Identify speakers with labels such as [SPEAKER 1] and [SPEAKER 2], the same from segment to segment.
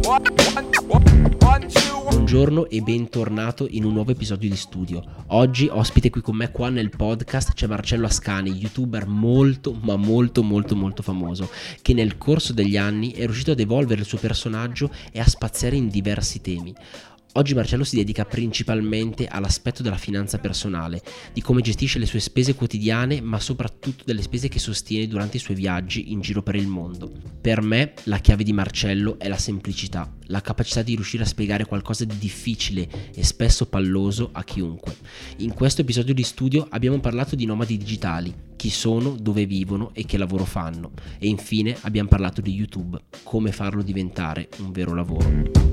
[SPEAKER 1] Buongiorno e bentornato in un nuovo episodio di Studio. Oggi ospite qui con me qua nel podcast c'è Marcello Ascani, youtuber molto famoso, che nel corso degli anni è riuscito ad evolvere il suo personaggio e a spaziare in diversi temi. Oggi Marcello si dedica principalmente all'aspetto della finanza personale, di come gestisce le sue spese quotidiane, ma soprattutto delle spese che sostiene durante i suoi viaggi in giro per il mondo. Per me la chiave di Marcello è la semplicità, la capacità di riuscire a spiegare qualcosa di difficile e spesso palloso a chiunque. In questo episodio di Studio abbiamo parlato di nomadi digitali, chi sono, dove vivono e che lavoro fanno. E infine abbiamo parlato di YouTube, come farlo diventare un vero lavoro.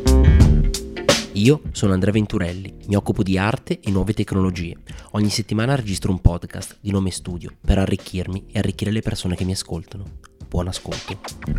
[SPEAKER 1] Io sono Andrea Venturelli, mi occupo di arte e nuove tecnologie. Ogni settimana registro un podcast di nome Studio per arricchirmi e arricchire le persone che mi ascoltano. Buon ascolto.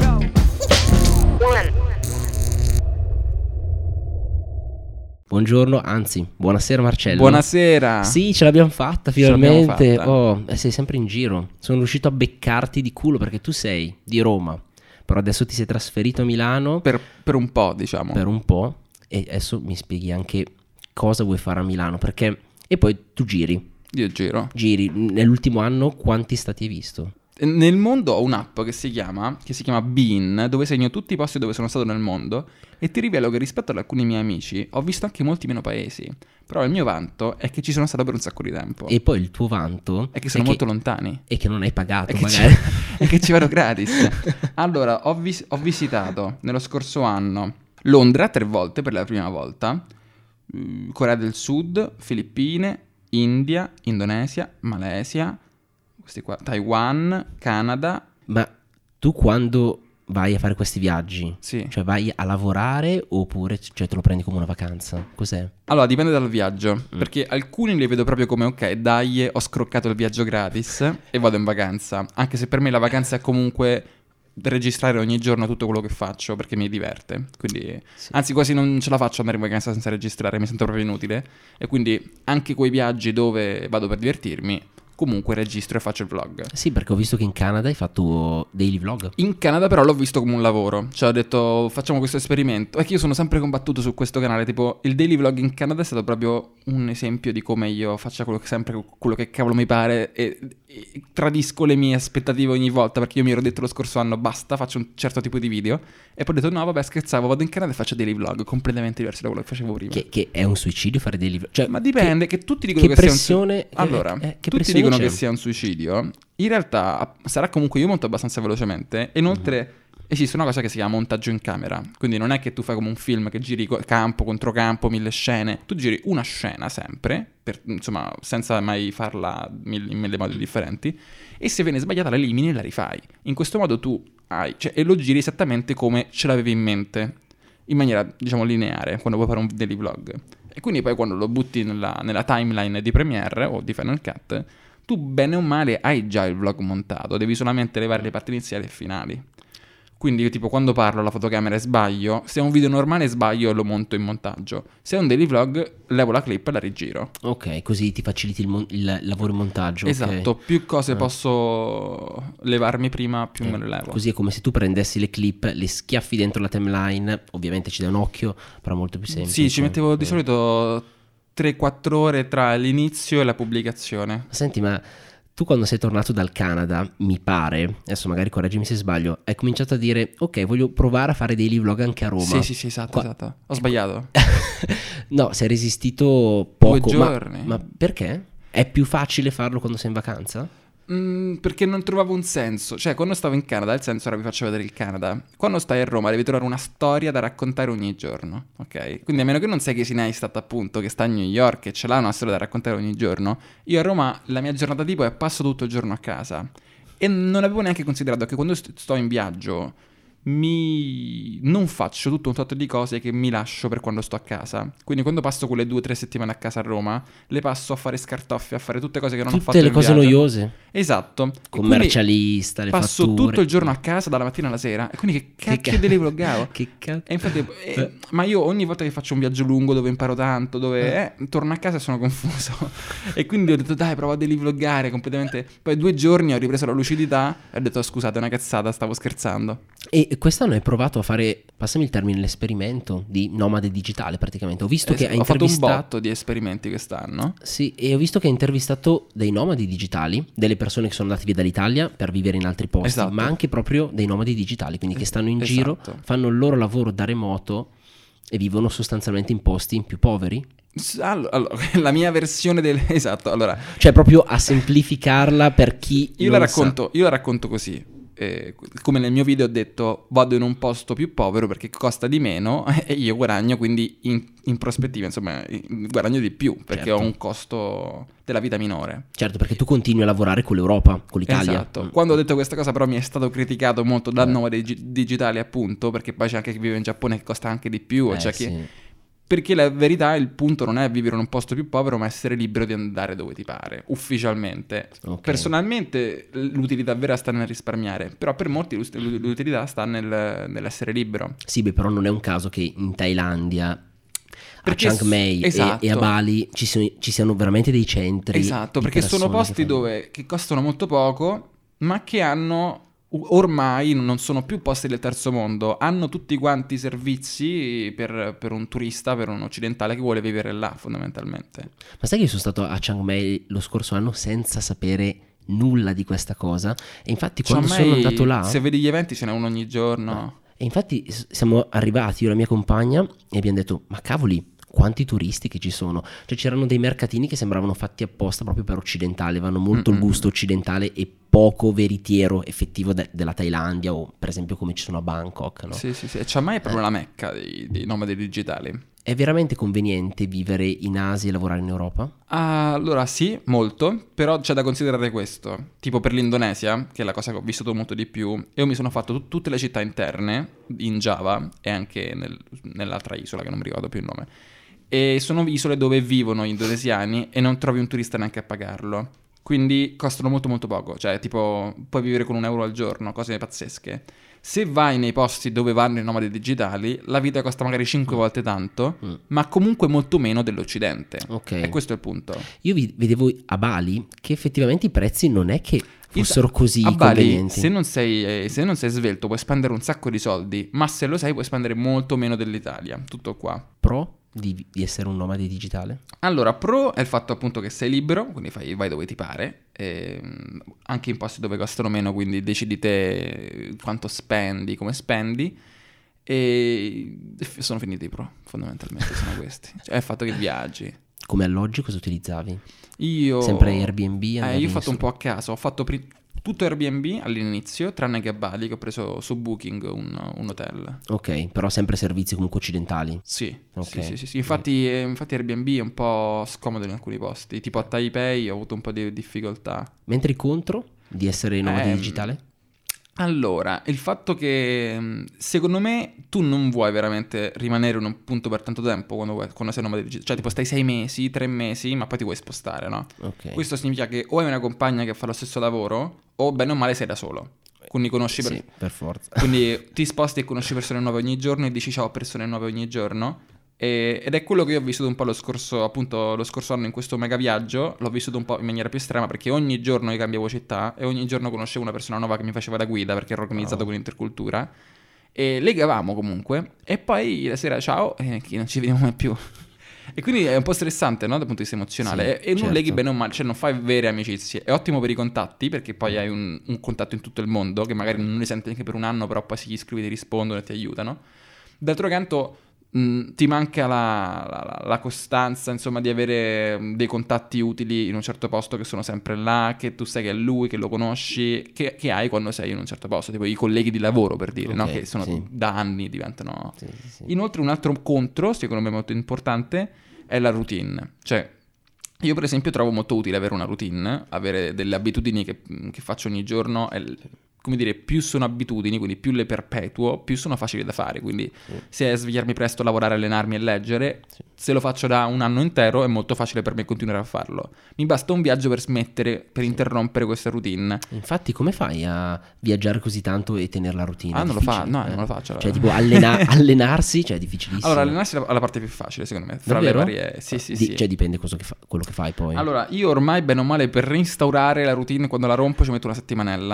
[SPEAKER 1] Buongiorno, anzi, buonasera Marcello.
[SPEAKER 2] Buonasera.
[SPEAKER 1] Sì, ce l'abbiamo fatta finalmente. Sei sempre in giro. Sono riuscito a beccarti di culo perché tu sei di Roma, però adesso ti sei trasferito a Milano.
[SPEAKER 2] Per un po', diciamo.
[SPEAKER 1] Per un po'. E adesso mi spieghi anche cosa vuoi fare a Milano, perché... E poi tu giri.
[SPEAKER 2] Io giro.
[SPEAKER 1] Giri. Nell'ultimo anno quanti stati hai visto?
[SPEAKER 2] Nel mondo ho un'app che si chiama Bean, dove segno tutti i posti dove sono stato nel mondo e ti rivelo che rispetto ad alcuni miei amici ho visto anche molti meno paesi. Però il mio vanto è che ci sono stato per un sacco di tempo.
[SPEAKER 1] E poi il tuo vanto
[SPEAKER 2] è che sono molto lontani.
[SPEAKER 1] E che non hai pagato magari.
[SPEAKER 2] E che ci vado gratis. Allora, ho visitato nello scorso anno Londra 3 volte per la prima volta, Corea del Sud, Filippine, India, Indonesia, Malesia, questi qua, Taiwan, Canada.
[SPEAKER 1] Ma tu quando vai a fare questi viaggi,
[SPEAKER 2] sì,
[SPEAKER 1] cioè vai a lavorare oppure te lo prendi come una vacanza? Cos'è?
[SPEAKER 2] Allora dipende dal viaggio, perché alcuni li vedo proprio come ok, dai, ho scroccato il viaggio gratis e vado in vacanza, anche se per me la vacanza è comunque registrare ogni giorno tutto quello che faccio perché mi diverte, quindi sì. Anzi quasi non ce la faccio andare in vacanza senza registrare, mi sento proprio inutile, e quindi anche quei viaggi dove vado per divertirmi comunque registro e faccio il vlog.
[SPEAKER 1] Sì, perché ho visto che in Canada hai fatto daily vlog.
[SPEAKER 2] In Canada però l'ho visto come un lavoro, cioè ho detto facciamo questo esperimento, è che io sono sempre combattuto su questo canale, tipo il daily vlog in Canada è stato proprio un esempio di come io faccia sempre quello che cavolo mi pare e tradisco le mie aspettative ogni volta, perché io mi ero detto lo scorso anno basta, faccio un certo tipo di video e poi ho detto no vabbè scherzavo, vado in Canada e faccio daily vlog completamente diversi da quello che facevo prima.
[SPEAKER 1] Che è un suicidio fare daily vlog? Cioè,
[SPEAKER 2] ma dipende, che tutti dicono che
[SPEAKER 1] pressione,
[SPEAKER 2] sia allora,
[SPEAKER 1] che
[SPEAKER 2] tutti
[SPEAKER 1] pressione
[SPEAKER 2] dicono
[SPEAKER 1] c'è?
[SPEAKER 2] Che sia un suicidio. In realtà sarà comunque, io monto abbastanza velocemente e inoltre esiste una cosa che si chiama montaggio in camera, quindi non è che tu fai come un film che giri campo contro campo, 1000 scene, tu giri una scena sempre, insomma senza mai farla in 1000 modi differenti, e se viene sbagliata la elimini e la rifai. In questo modo tu e lo giri esattamente come ce l'avevi in mente, in maniera diciamo lineare, quando vuoi fare un daily vlog. E quindi poi quando lo butti nella timeline di Premiere o di Final Cut, tu bene o male hai già il vlog montato, devi solamente levare le parti iniziali e finali. Quindi io tipo quando parlo alla fotocamera e sbaglio, se è un video normale sbaglio e lo monto in montaggio. Se è un daily vlog levo la clip e la rigiro.
[SPEAKER 1] Ok, così ti faciliti il lavoro in montaggio.
[SPEAKER 2] Esatto,
[SPEAKER 1] okay.
[SPEAKER 2] Più cose posso levarmi prima, più me le levo.
[SPEAKER 1] Così è come se tu prendessi le clip, le schiaffi dentro la timeline, ovviamente ci dai un occhio, però molto più semplice.
[SPEAKER 2] Sì, ci mettevo di solito 3-4 ore tra l'inizio e la pubblicazione.
[SPEAKER 1] Senti, ma tu quando sei tornato dal Canada, mi pare, adesso magari correggimi se sbaglio, hai cominciato a dire ok, voglio provare a fare daily vlog anche a Roma.
[SPEAKER 2] Sì, esatto. Ho sbagliato.
[SPEAKER 1] No, sei resistito poco.
[SPEAKER 2] 2 giorni.
[SPEAKER 1] Ma perché? È più facile farlo quando sei in vacanza?
[SPEAKER 2] Perché non trovavo un senso. Cioè quando stavo in Canada il senso era vi faccio vedere il Canada. Quando stai a Roma devi trovare una storia da raccontare ogni giorno, ok? Quindi a meno che non sei Casey Neistat appunto, che sta a New York e ce l'ha una storia da raccontare ogni giorno, io a Roma la mia giornata tipo è passo tutto il giorno a casa. E non avevo neanche considerato che quando sto in viaggio non faccio tutto un tot di cose che mi lascio per quando sto a casa. Quindi quando passo quelle 2-3 settimane a casa a Roma, le passo a fare scartoffie, a fare tutte cose che non ho fatto in
[SPEAKER 1] tutte le cose
[SPEAKER 2] viaggio.
[SPEAKER 1] noiose.
[SPEAKER 2] Esatto.
[SPEAKER 1] Commercialista, le
[SPEAKER 2] passo
[SPEAKER 1] fatture.
[SPEAKER 2] tutto il giorno a casa dalla mattina alla sera. E quindi che cacchio devi vloggare?
[SPEAKER 1] Che cazzo?
[SPEAKER 2] E infatti ma io ogni volta che faccio un viaggio lungo dove imparo tanto, dove torno a casa e sono confuso. E quindi ho detto dai, provo a vloggare completamente. Poi 2 giorni ho ripreso la lucidità e ho detto scusate, è una cazzata, stavo scherzando.
[SPEAKER 1] E E quest'anno hai provato a fare, passami il termine, l'esperimento di nomade digitale praticamente. Ho visto che hai
[SPEAKER 2] Ho fatto un
[SPEAKER 1] intervistato...
[SPEAKER 2] botto di esperimenti quest'anno.
[SPEAKER 1] Sì, e ho visto che hai intervistato dei nomadi digitali, delle persone che sono andate via dall'Italia per vivere in altri posti,
[SPEAKER 2] Esatto.
[SPEAKER 1] ma anche proprio dei nomadi digitali, quindi che stanno in giro, fanno il loro lavoro da remoto e vivono sostanzialmente in posti più poveri.
[SPEAKER 2] Allora, la mia versione del... Esatto, allora...
[SPEAKER 1] Cioè proprio a semplificarla per chi
[SPEAKER 2] Io
[SPEAKER 1] non
[SPEAKER 2] la
[SPEAKER 1] sa.
[SPEAKER 2] racconto così. Come nel mio video ho detto, vado in un posto più povero perché costa di meno e io guadagno, quindi in prospettiva, insomma, guadagno di più perché
[SPEAKER 1] Certo.
[SPEAKER 2] ho un costo della vita minore.
[SPEAKER 1] Certo, perché tu continui a lavorare con l'Europa, con l'Italia.
[SPEAKER 2] Esatto. Quando ho detto questa cosa però mi è stato criticato molto da nomadi digitali, appunto, perché poi c'è anche chi vive in Giappone che costa anche di più, c'è chi...
[SPEAKER 1] Sì.
[SPEAKER 2] Perché la verità, il punto non è vivere in un posto più povero, ma essere libero di andare dove ti pare, ufficialmente.
[SPEAKER 1] Ok.
[SPEAKER 2] Personalmente l'utilità vera sta nel risparmiare, però per molti l'utilità sta nell'essere libero.
[SPEAKER 1] Sì, beh, però non è un caso che in Thailandia,
[SPEAKER 2] Perché
[SPEAKER 1] a Chiang Mai
[SPEAKER 2] esatto.
[SPEAKER 1] e a Bali ci siano veramente dei centri.
[SPEAKER 2] Esatto,
[SPEAKER 1] di
[SPEAKER 2] perché sono
[SPEAKER 1] persone
[SPEAKER 2] posti
[SPEAKER 1] che fanno-
[SPEAKER 2] che costano molto poco, ma che hanno... Ormai non sono più posti del terzo mondo, hanno tutti quanti i servizi per un turista, per un occidentale che vuole vivere là, fondamentalmente.
[SPEAKER 1] Ma sai che io sono stato a Chiang Mai lo scorso anno senza sapere nulla di questa cosa? E infatti quando
[SPEAKER 2] Chiang Mai,
[SPEAKER 1] sono andato là...
[SPEAKER 2] se vedi gli eventi ce n'è uno ogni giorno.
[SPEAKER 1] E infatti siamo arrivati io e la mia compagna e abbiamo detto, ma cavoli, quanti turisti che ci sono. Cioè c'erano dei mercatini che sembravano fatti apposta proprio per occidentali, avevano molto il gusto occidentale e poco veritiero effettivo della Thailandia o per esempio come ci sono a Bangkok, no?
[SPEAKER 2] Sì. E Chiang Mai è proprio la mecca dei nomadi digitali.
[SPEAKER 1] È veramente conveniente vivere in Asia e lavorare in Europa?
[SPEAKER 2] Allora sì, molto, però c'è da considerare questo. Tipo per l'Indonesia, che è la cosa che ho vissuto molto di più, io mi sono fatto tutte le città interne in Java e anche nell'altra isola che non mi ricordo più il nome. E sono isole dove vivono gli indonesiani e non trovi un turista neanche a pagarlo. Quindi costano molto molto poco, cioè tipo puoi vivere con €1 al giorno, cose pazzesche. Se vai nei posti dove vanno i nomadi digitali, la vita costa magari 5 volte tanto, ma comunque molto meno dell'Occidente.
[SPEAKER 1] Ok.
[SPEAKER 2] E questo è il punto.
[SPEAKER 1] Io vedevo a Bali che effettivamente i prezzi non è che fossero così
[SPEAKER 2] A Bali,
[SPEAKER 1] convenienti.
[SPEAKER 2] se non sei svelto, puoi spendere un sacco di soldi, ma se lo sei puoi spendere molto meno dell'Italia. Tutto qua.
[SPEAKER 1] Pro di essere un nomade digitale?
[SPEAKER 2] Allora, pro è il fatto appunto che sei libero, quindi vai dove ti pare, anche in posti dove costano meno, quindi decidi te quanto spendi, come spendi, e sono finiti i pro, fondamentalmente sono questi. Cioè il fatto che viaggi.
[SPEAKER 1] Come alloggi cosa utilizzavi?
[SPEAKER 2] Io...
[SPEAKER 1] Sempre Airbnb?
[SPEAKER 2] io
[SPEAKER 1] andavi
[SPEAKER 2] ho fatto
[SPEAKER 1] su-
[SPEAKER 2] un po' a caso, ho fatto tutto Airbnb all'inizio, tranne che a Bali, che ho preso su Booking un hotel.
[SPEAKER 1] Ok, però sempre servizi comunque occidentali.
[SPEAKER 2] Sì,
[SPEAKER 1] Ok.
[SPEAKER 2] sì. Infatti Airbnb è un po' scomodo in alcuni posti. Tipo a Taipei ho avuto un po' di difficoltà.
[SPEAKER 1] Mentre i contro di essere nomade digitale?
[SPEAKER 2] Allora, il fatto che secondo me tu non vuoi veramente rimanere in un punto per tanto tempo quando sei nomade digitale. Cioè tipo stai 6 mesi, 3 mesi, ma poi ti vuoi spostare, no?
[SPEAKER 1] Ok.
[SPEAKER 2] Questo significa che o hai una compagna che fa lo stesso lavoro o bene o male sei da solo. Quindi conosci
[SPEAKER 1] Sì, per forza.
[SPEAKER 2] Quindi ti sposti e conosci persone nuove ogni giorno e dici ciao a persone nuove ogni giorno. Ed è quello che io ho vissuto un po' lo scorso anno in questo mega viaggio. L'ho vissuto un po' in maniera più estrema perché ogni giorno io cambiavo città e ogni giorno conoscevo una persona nuova che mi faceva da guida perché ero organizzato con Intercultura. E legavamo comunque. E poi la sera ciao e non ci vediamo mai più. E quindi è un po' stressante, no? Dal punto di vista emozionale.
[SPEAKER 1] Sì,
[SPEAKER 2] e non
[SPEAKER 1] certo.
[SPEAKER 2] leghi bene o male, cioè non fai vere amicizie. È ottimo per i contatti perché poi hai un contatto in tutto il mondo che magari non li senti neanche per un anno, però poi se gli scrivi ti rispondono e ti aiutano. D'altro canto ti manca la costanza, insomma, di avere dei contatti utili in un certo posto che sono sempre là, che tu sai che è lui, che lo conosci, che hai quando sei in un certo posto, tipo i colleghi di lavoro, per dire, no?
[SPEAKER 1] Ok,
[SPEAKER 2] Che sono
[SPEAKER 1] sì.
[SPEAKER 2] da anni diventano...
[SPEAKER 1] Sì.
[SPEAKER 2] Inoltre un altro contro, secondo me molto importante, è la routine. Cioè, io per esempio trovo molto utile avere una routine, avere delle abitudini che faccio ogni giorno come dire, più sono abitudini, quindi più le perpetuo, più sono facili da fare. Quindi se è svegliarmi presto, lavorare, allenarmi e leggere, se lo faccio da un anno intero è molto facile per me continuare a farlo. Mi basta un viaggio per smettere, per interrompere questa routine.
[SPEAKER 1] Infatti come fai a viaggiare così tanto e tenere la routine? È
[SPEAKER 2] Non lo
[SPEAKER 1] difficile,
[SPEAKER 2] non lo faccio.
[SPEAKER 1] Cioè tipo allenarsi, cioè è difficilissimo.
[SPEAKER 2] Allora, allenarsi è la parte più facile, secondo me. Fra
[SPEAKER 1] Davvero?
[SPEAKER 2] le varie... Sì.
[SPEAKER 1] Cioè dipende quello che fai poi.
[SPEAKER 2] Allora, io ormai, bene o male, per reinstaurare la routine, quando la rompo ci metto una settimanella.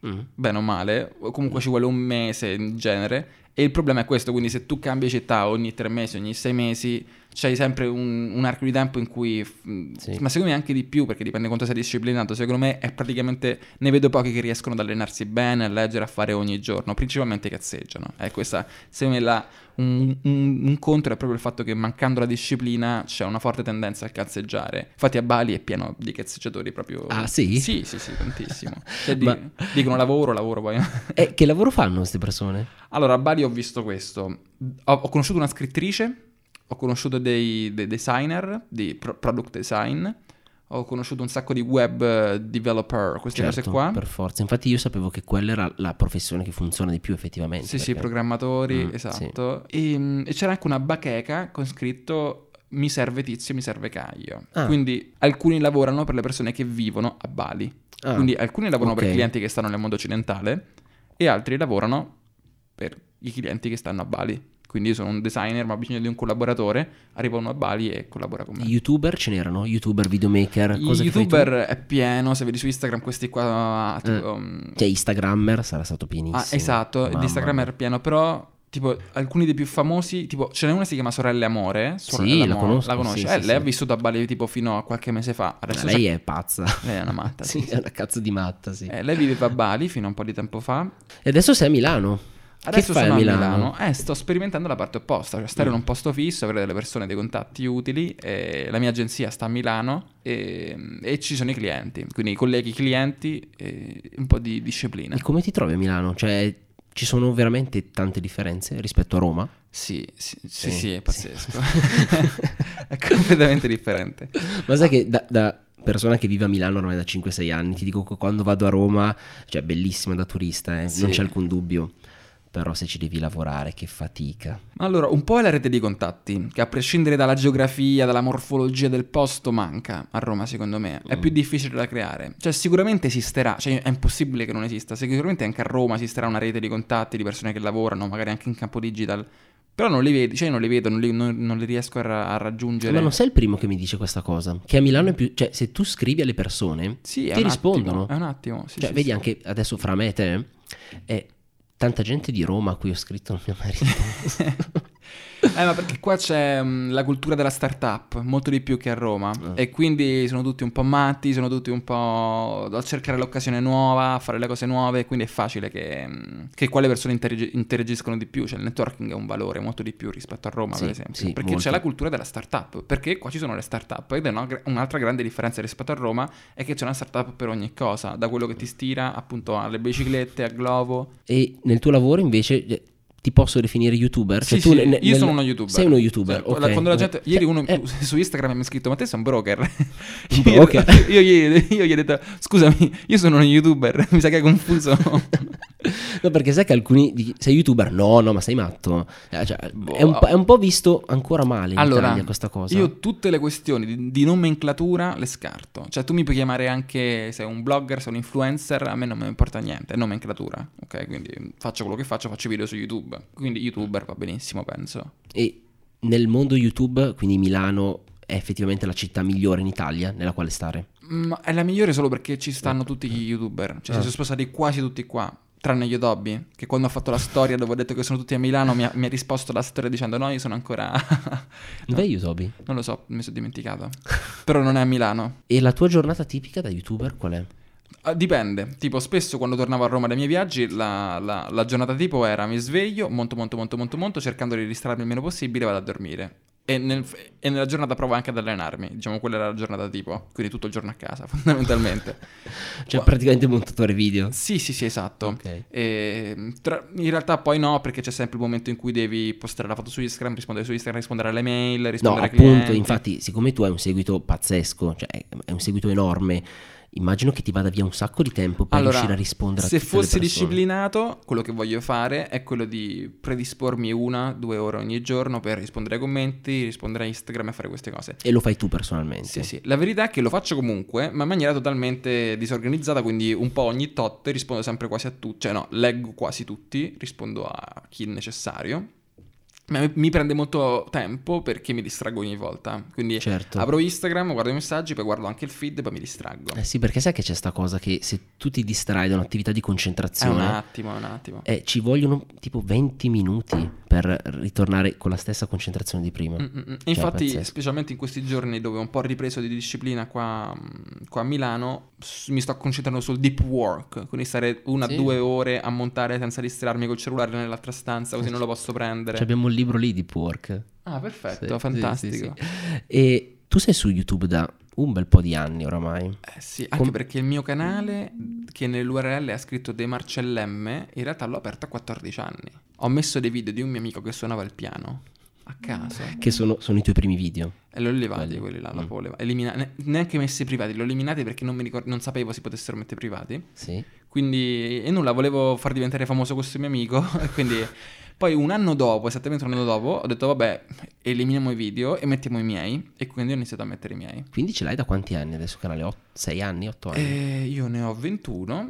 [SPEAKER 2] bene o male, o comunque ci vuole un mese in genere. E il problema è questo, quindi se tu cambi città ogni 3 mesi, ogni 6 mesi, c'hai sempre un arco di tempo in cui, ma secondo me anche di più, perché dipende quanto sei disciplinato, secondo me è praticamente, ne vedo pochi che riescono ad allenarsi bene, a leggere, a fare ogni giorno, principalmente cazzeggiano. Questa, secondo me, un contro è proprio il fatto che mancando la disciplina c'è una forte tendenza al cazzeggiare. Infatti a Bali è pieno di cazzeggiatori proprio...
[SPEAKER 1] Ah, sì?
[SPEAKER 2] Sì, tantissimo. Cioè, dicono lavoro poi.
[SPEAKER 1] Che lavoro fanno queste persone?
[SPEAKER 2] Allora, a Bali ho visto questo. Ho conosciuto una scrittrice, ho conosciuto dei designer, di product design, ho conosciuto un sacco di web developer, queste cose qua.
[SPEAKER 1] Per forza. Infatti io sapevo che quella era la professione che funziona di più effettivamente.
[SPEAKER 2] Sì, programmatori, esatto. Sì. E c'era anche una bacheca con scritto mi serve Tizio, mi serve Caio. Quindi alcuni lavorano per le persone che vivono a Bali. Quindi alcuni lavorano per clienti che stanno nel mondo occidentale e altri lavorano per i clienti che stanno a Bali. Quindi io sono un designer ma ho bisogno di un collaboratore, arriva uno a Bali e collabora con me.
[SPEAKER 1] YouTuber ce n'erano? YouTuber, videomaker? Cosa
[SPEAKER 2] YouTuber è pieno, se vedi su Instagram questi qua...
[SPEAKER 1] Cioè Instagrammer sarà stato pienissimo.
[SPEAKER 2] Esatto, l'Instagrammer è pieno, però... Tipo, alcuni dei più famosi, tipo, ce n'è una che si chiama Sorelle Amore.
[SPEAKER 1] Sì, la conosco.
[SPEAKER 2] La conosci?
[SPEAKER 1] Sì,
[SPEAKER 2] lei ha vissuto a Bali tipo fino a qualche mese fa.
[SPEAKER 1] Adesso lei è pazza.
[SPEAKER 2] Lei è una matta.
[SPEAKER 1] Sì, è una cazzo di matta, sì.
[SPEAKER 2] Lei viveva a Bali fino a un po' di tempo fa.
[SPEAKER 1] E adesso sei a Milano.
[SPEAKER 2] Adesso sono a Milano. Sto sperimentando la parte opposta, cioè stare in un posto fisso, avere delle persone, dei contatti utili. La mia agenzia sta a Milano e ci sono i clienti. Quindi i colleghi clienti e un po' di disciplina.
[SPEAKER 1] E come ti trovi a Milano? Cioè... Ci sono veramente tante differenze rispetto a Roma?
[SPEAKER 2] Sì, è pazzesco. È completamente differente.
[SPEAKER 1] Ma sai che da persona che vive a Milano ormai da 5-6 anni, ti dico che quando vado a Roma, cioè bellissima da turista, non c'è alcun dubbio. Però se ci devi lavorare, che fatica.
[SPEAKER 2] Allora, un po' è la rete di contatti, che a prescindere dalla geografia, dalla morfologia del posto, manca a Roma, secondo me. È più difficile da creare. Cioè, sicuramente esisterà, cioè è impossibile che non esista. Sicuramente anche a Roma esisterà una rete di contatti, di persone che lavorano, magari anche in campo digital. Però non li vedi, cioè non li vedo, non li riesco a raggiungere.
[SPEAKER 1] Ma non sei il primo che mi dice questa cosa. Che a Milano è più... Cioè, se tu scrivi alle persone, ti rispondono.
[SPEAKER 2] È un attimo,
[SPEAKER 1] cioè, vedi anche adesso fra me e te... Tanta gente di Roma a cui ho scritto non mi ha mai risposto.
[SPEAKER 2] Ma perché qua c'è la cultura della startup molto di più che a Roma e quindi sono tutti un po' matti, sono tutti un po' a cercare l'occasione nuova, a fare le cose nuove, quindi è facile che qua le persone interagiscono di più, cioè il networking è un valore molto di più rispetto a Roma, per esempio, perché molto. C'è la cultura della startup, perché qua ci sono le startup ed è un'altra grande differenza rispetto a Roma è che c'è una startup per ogni cosa, da quello che ti stira appunto alle biciclette, a Glovo.
[SPEAKER 1] E nel tuo lavoro invece... Ti posso definire YouTuber?
[SPEAKER 2] Sì,
[SPEAKER 1] cioè,
[SPEAKER 2] tu io sono uno YouTuber.
[SPEAKER 1] Sei uno YouTuber,
[SPEAKER 2] cioè,
[SPEAKER 1] ok.
[SPEAKER 2] Quando la gente... Ieri uno su Instagram mi ha scritto, ma te sei un broker?
[SPEAKER 1] Un broker?
[SPEAKER 2] Io gli ho detto, scusami, io sono uno YouTuber, mi sa che hai confuso.
[SPEAKER 1] No, perché sai che alcuni... Sei YouTuber? No, ma sei matto. Cioè, è un po' visto ancora male in Italia questa cosa.
[SPEAKER 2] Io tutte le questioni di nomenclatura le scarto. Cioè tu mi puoi chiamare anche se un blogger, se un influencer, a me non mi importa niente, è nomenclatura, ok? Quindi faccio quello che faccio video su YouTube. Quindi YouTuber va benissimo, penso.
[SPEAKER 1] E nel mondo YouTube, quindi Milano è effettivamente la città migliore in Italia nella quale stare?
[SPEAKER 2] Ma è la migliore solo perché ci stanno tutti gli YouTuber. Cioè si sono spostati quasi tutti qua, tranne Yodobi, che quando ho fatto la storia dove ho detto che sono tutti a Milano mi ha risposto la storia dicendo no, io sono ancora...
[SPEAKER 1] Dov'è Yodobi?
[SPEAKER 2] Non lo so, mi sono dimenticato. Però non è a Milano.
[SPEAKER 1] E la tua giornata tipica da YouTuber qual è?
[SPEAKER 2] Dipende, tipo spesso quando tornavo a Roma dai miei viaggi la giornata tipo era mi sveglio, monto cercando di distrarmi il meno possibile e vado a dormire e nella giornata provo anche ad allenarmi, diciamo quella era la giornata tipo, quindi tutto il giorno a casa fondamentalmente.
[SPEAKER 1] Cioè praticamente montatore video?
[SPEAKER 2] Sì esatto.
[SPEAKER 1] Okay.
[SPEAKER 2] In realtà poi no, perché c'è sempre il momento in cui devi postare la foto su Instagram, rispondere alle mail, rispondere ai clienti.
[SPEAKER 1] No, appunto, infatti siccome tu hai un seguito pazzesco, cioè è un seguito enorme, immagino che ti vada via un sacco di tempo per riuscire a rispondere a tutte le persone.
[SPEAKER 2] Se fossi disciplinato, quello che voglio fare è quello di predispormi 1-2 ore ogni giorno per rispondere ai commenti, rispondere a Instagram e fare queste cose.
[SPEAKER 1] E lo fai tu personalmente?
[SPEAKER 2] Sì. La verità è che lo faccio comunque, ma in maniera totalmente disorganizzata, quindi un po' ogni tot rispondo sempre quasi a tutti, cioè no, leggo quasi tutti, rispondo a chi è necessario. Ma mi prende molto tempo perché mi distraggo ogni volta. Quindi
[SPEAKER 1] Certo.
[SPEAKER 2] apro Instagram, guardo i messaggi, poi guardo anche il feed, poi mi distraggo.
[SPEAKER 1] Sì, perché sai che c'è sta cosa che se tu ti distrai da un'attività di
[SPEAKER 2] È un
[SPEAKER 1] concentrazione,
[SPEAKER 2] attimo, è un attimo.
[SPEAKER 1] ci vogliono tipo 20 minuti per ritornare con la stessa concentrazione di prima. Cioè,
[SPEAKER 2] Infatti,
[SPEAKER 1] pazzesco.
[SPEAKER 2] specialmente in questi giorni dove ho un po' ripreso di disciplina qua a Milano, mi sto concentrando sul deep work, quindi stare 1-2 ore a montare senza distrarmi col cellulare nell'altra stanza, così non lo posso prendere.
[SPEAKER 1] Cioè, abbiamo un libro lì di Work.
[SPEAKER 2] Ah, perfetto,
[SPEAKER 1] Sì,
[SPEAKER 2] fantastico.
[SPEAKER 1] sì. E tu sei su YouTube da un bel po' di anni oramai.
[SPEAKER 2] Sì, anche perché il mio canale, che nell'URL ha scritto De Marcellemme, in realtà l'ho aperto a 14 anni. Ho messo dei video di un mio amico che suonava il piano, a caso.
[SPEAKER 1] Che sono i tuoi primi video.
[SPEAKER 2] E l'ho levati quelli là, neanche messi privati, l'ho eliminati perché non sapevo si potessero mettere privati.
[SPEAKER 1] Sì.
[SPEAKER 2] Quindi, e nulla, volevo far diventare famoso questo mio amico, e quindi poi un anno dopo, esattamente un anno dopo, ho detto vabbè, eliminiamo i video e mettiamo i miei, e quindi ho iniziato a mettere i miei.
[SPEAKER 1] Quindi ce l'hai da quanti anni adesso canale? 6 anni, 8 anni?
[SPEAKER 2] Io ne ho 21,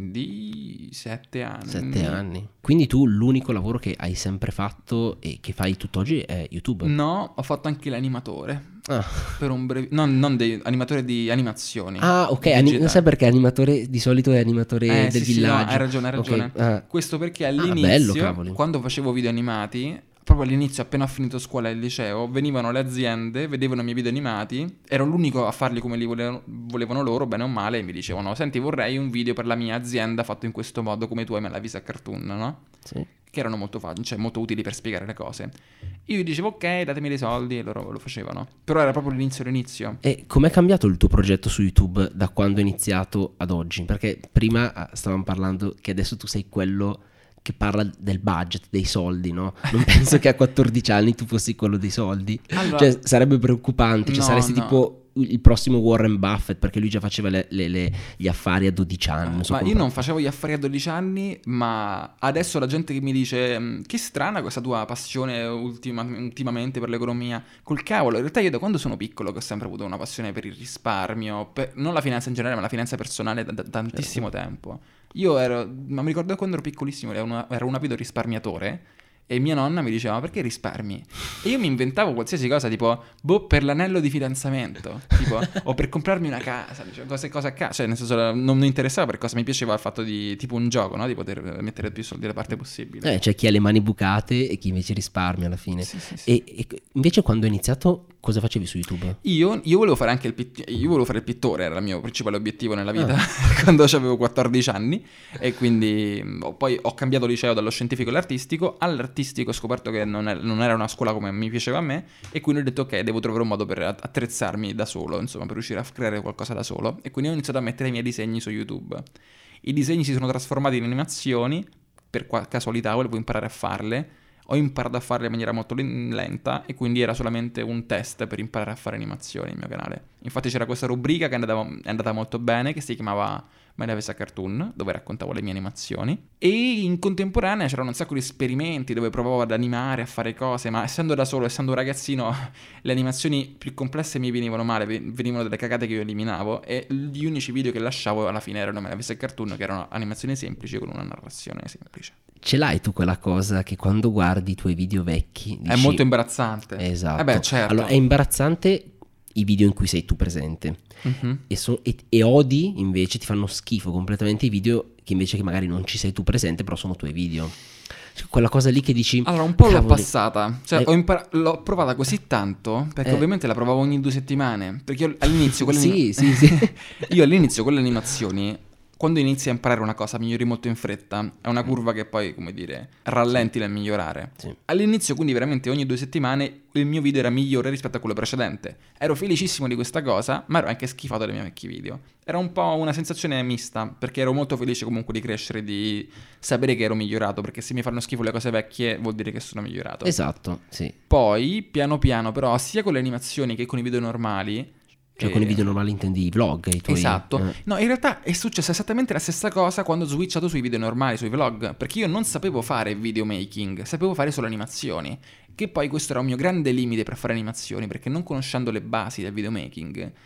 [SPEAKER 2] quindi 7 anni.
[SPEAKER 1] 7 anni. Quindi tu l'unico lavoro che hai sempre fatto e che fai tutt'oggi è YouTube?
[SPEAKER 2] No, ho fatto anche l'animatore.
[SPEAKER 1] Ah.
[SPEAKER 2] Per un breve... non animatore di animazioni.
[SPEAKER 1] Ah, ok,
[SPEAKER 2] digitali.
[SPEAKER 1] non sai perché animatore di solito è animatore del
[SPEAKER 2] sì,
[SPEAKER 1] villaggio.
[SPEAKER 2] No, hai ragione.
[SPEAKER 1] Ok, ah.
[SPEAKER 2] Questo perché
[SPEAKER 1] bello,
[SPEAKER 2] all'inizio,
[SPEAKER 1] cavoli.
[SPEAKER 2] quando facevo video animati, proprio all'inizio, appena ho finito scuola e il liceo, venivano le aziende, vedevano i miei video animati, ero l'unico a farli come li volevano loro, bene o male, e mi dicevano, senti, vorrei un video per la mia azienda fatto in questo modo, come tu hai me la visa cartoon, no?
[SPEAKER 1] Sì.
[SPEAKER 2] Che erano molto facili, cioè molto utili per spiegare le cose. Io gli dicevo ok, datemi dei soldi, e loro lo facevano. Però era proprio l'inizio.
[SPEAKER 1] E com'è cambiato il tuo progetto su YouTube da quando è iniziato ad oggi? Perché prima stavamo parlando che adesso tu sei quello che parla del budget, dei soldi, no? Non penso che a 14 anni tu fossi quello dei soldi.
[SPEAKER 2] Allora,
[SPEAKER 1] cioè sarebbe preoccupante, cioè
[SPEAKER 2] no,
[SPEAKER 1] saresti
[SPEAKER 2] no.
[SPEAKER 1] tipo il prossimo Warren Buffett, perché lui già faceva gli affari a 12 anni. Non so
[SPEAKER 2] ma
[SPEAKER 1] come
[SPEAKER 2] io non facevo gli affari a 12 anni, ma adesso la gente che mi dice che strana questa tua passione ultimamente per l'economia, col cavolo, in realtà io da quando sono piccolo che ho sempre avuto una passione per il risparmio, non la finanza in generale, ma la finanza personale da tantissimo tempo. Ma mi ricordo quando ero piccolissimo, ero un avido risparmiatore. E mia nonna mi diceva, ma perché risparmi? E io mi inventavo qualsiasi cosa, tipo, per l'anello di fidanzamento, tipo, o per comprarmi una casa, dicevo, cose a casa, cioè nel senso non mi interessava per cosa, mi piaceva il fatto di, tipo un gioco, no? Di poter mettere più soldi da parte possibile.
[SPEAKER 1] c'è chi ha le mani bucate e chi invece risparmia alla fine.
[SPEAKER 2] Sì.
[SPEAKER 1] E invece quando hai iniziato cosa facevi su YouTube?
[SPEAKER 2] Io volevo fare anche io volevo fare il pittore, era il mio principale obiettivo nella vita quando avevo 14 anni, e quindi poi ho cambiato liceo dallo scientifico all'artistico. All'artistico ho scoperto che non era una scuola come mi piaceva a me, e quindi ho detto ok, devo trovare un modo per attrezzarmi da solo, insomma, per riuscire a creare qualcosa da solo, e quindi ho iniziato a mettere i miei disegni su YouTube. I disegni si sono trasformati in animazioni, per casualità volevo imparare a farle. Ho imparato a farle in maniera molto lenta, e quindi era solamente un test per imparare a fare animazioni nel mio canale. Infatti c'era questa rubrica che è andata molto bene, che si chiamava My Life is a Cartoon, dove raccontavo le mie animazioni. E in contemporanea c'erano un sacco di esperimenti dove provavo ad animare, a fare cose, ma essendo da solo, essendo un ragazzino, le animazioni più complesse mi venivano male, venivano delle cagate che io eliminavo, e gli unici video che lasciavo alla fine erano My Life is a Cartoon, che erano animazioni semplici con una narrazione semplice.
[SPEAKER 1] Ce l'hai tu quella cosa che quando guardi i tuoi video vecchi dici,
[SPEAKER 2] è molto imbarazzante.
[SPEAKER 1] Esatto.
[SPEAKER 2] Beh, certo.
[SPEAKER 1] Allora è imbarazzante i video in cui sei tu presente, e odi invece, ti fanno schifo completamente i video che invece che magari non ci sei tu presente però sono tuoi video. Cioè, quella cosa lì che dici,
[SPEAKER 2] allora un po'
[SPEAKER 1] cavoli,
[SPEAKER 2] l'ho passata, cioè l'ho provata così tanto, perché ovviamente la provavo ogni 2 settimane, perché io all'inizio con
[SPEAKER 1] sì.
[SPEAKER 2] io all'inizio con le animazioni, quando inizi a imparare una cosa migliori molto in fretta, è una curva che poi, come dire, rallenti nel migliorare.
[SPEAKER 1] Sì.
[SPEAKER 2] All'inizio, quindi veramente ogni 2 settimane, il mio video era migliore rispetto a quello precedente. Ero felicissimo di questa cosa, ma ero anche schifato dai miei vecchi video. Era un po' una sensazione mista, perché ero molto felice comunque di crescere, di sapere che ero migliorato, perché se mi fanno schifo le cose vecchie vuol dire che sono migliorato.
[SPEAKER 1] Esatto, sì.
[SPEAKER 2] Poi, piano piano, però, sia con le animazioni che con i video normali,
[SPEAKER 1] Cioè con i video normali intendi i vlog, i tuoi...
[SPEAKER 2] Esatto. No, in realtà è successa esattamente la stessa cosa quando ho switchato sui video normali, sui vlog, perché io non sapevo fare videomaking, sapevo fare solo animazioni, che poi questo era un mio grande limite per fare animazioni, perché non conoscendo le basi del videomaking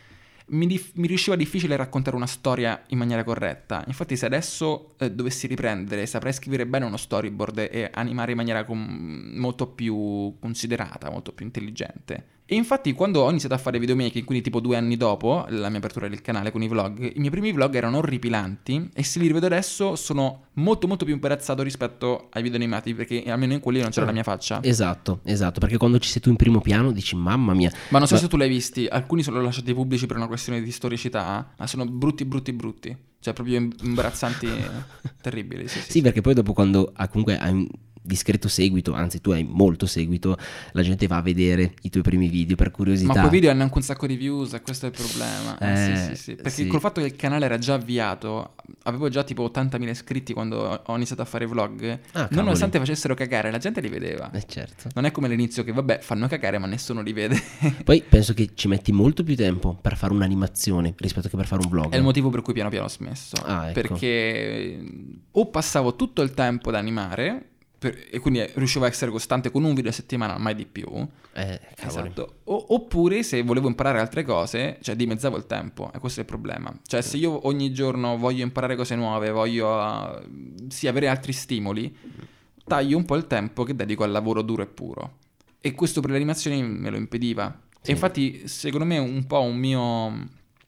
[SPEAKER 2] mi riusciva difficile raccontare una storia in maniera corretta. Infatti se adesso dovessi riprendere, saprei scrivere bene uno storyboard e animare in maniera molto più considerata, molto più intelligente. E infatti quando ho iniziato a fare videomaking, quindi tipo 2 anni dopo la mia apertura del canale con i vlog, i miei primi vlog erano orripilanti e se li rivedo adesso sono molto molto più imbarazzato rispetto ai video animati, perché almeno in quelli non c'era la mia faccia.
[SPEAKER 1] Esatto, perché quando ci sei tu in primo piano dici mamma mia.
[SPEAKER 2] Ma non so se tu l'hai visti, alcuni sono lasciati pubblici per una questione di storicità, ma sono brutti. Cioè proprio imbarazzanti, terribili. Sì,
[SPEAKER 1] perché poi dopo quando comunque hai un discreto seguito, anzi tu hai molto seguito, la gente va a vedere i tuoi primi video per curiosità.
[SPEAKER 2] Ma quei video hanno anche un sacco di views e questo è il problema. Sì. Perché col fatto che il canale era già avviato, avevo già tipo 80.000 iscritti quando ho iniziato a fare vlog, nonostante facessero cagare, la gente li vedeva.
[SPEAKER 1] Certo.
[SPEAKER 2] Non è come all'inizio che vabbè fanno cagare ma nessuno li vede.
[SPEAKER 1] Poi penso che ci metti molto più tempo per fare un'animazione rispetto che per fare un vlog.
[SPEAKER 2] È il motivo per cui piano piano ho smesso.
[SPEAKER 1] Ecco.
[SPEAKER 2] Perché o passavo tutto il tempo ad animare e quindi riuscivo a essere costante con un video a settimana, mai di più. Esatto. Oppure se volevo imparare altre cose, cioè dimezzavo il tempo, e questo è il problema. Cioè se io ogni giorno voglio imparare cose nuove, voglio avere altri stimoli, taglio un po' il tempo che dedico al lavoro duro e puro. E questo per le animazioni me lo impediva. Sì. E infatti secondo me un po' un mio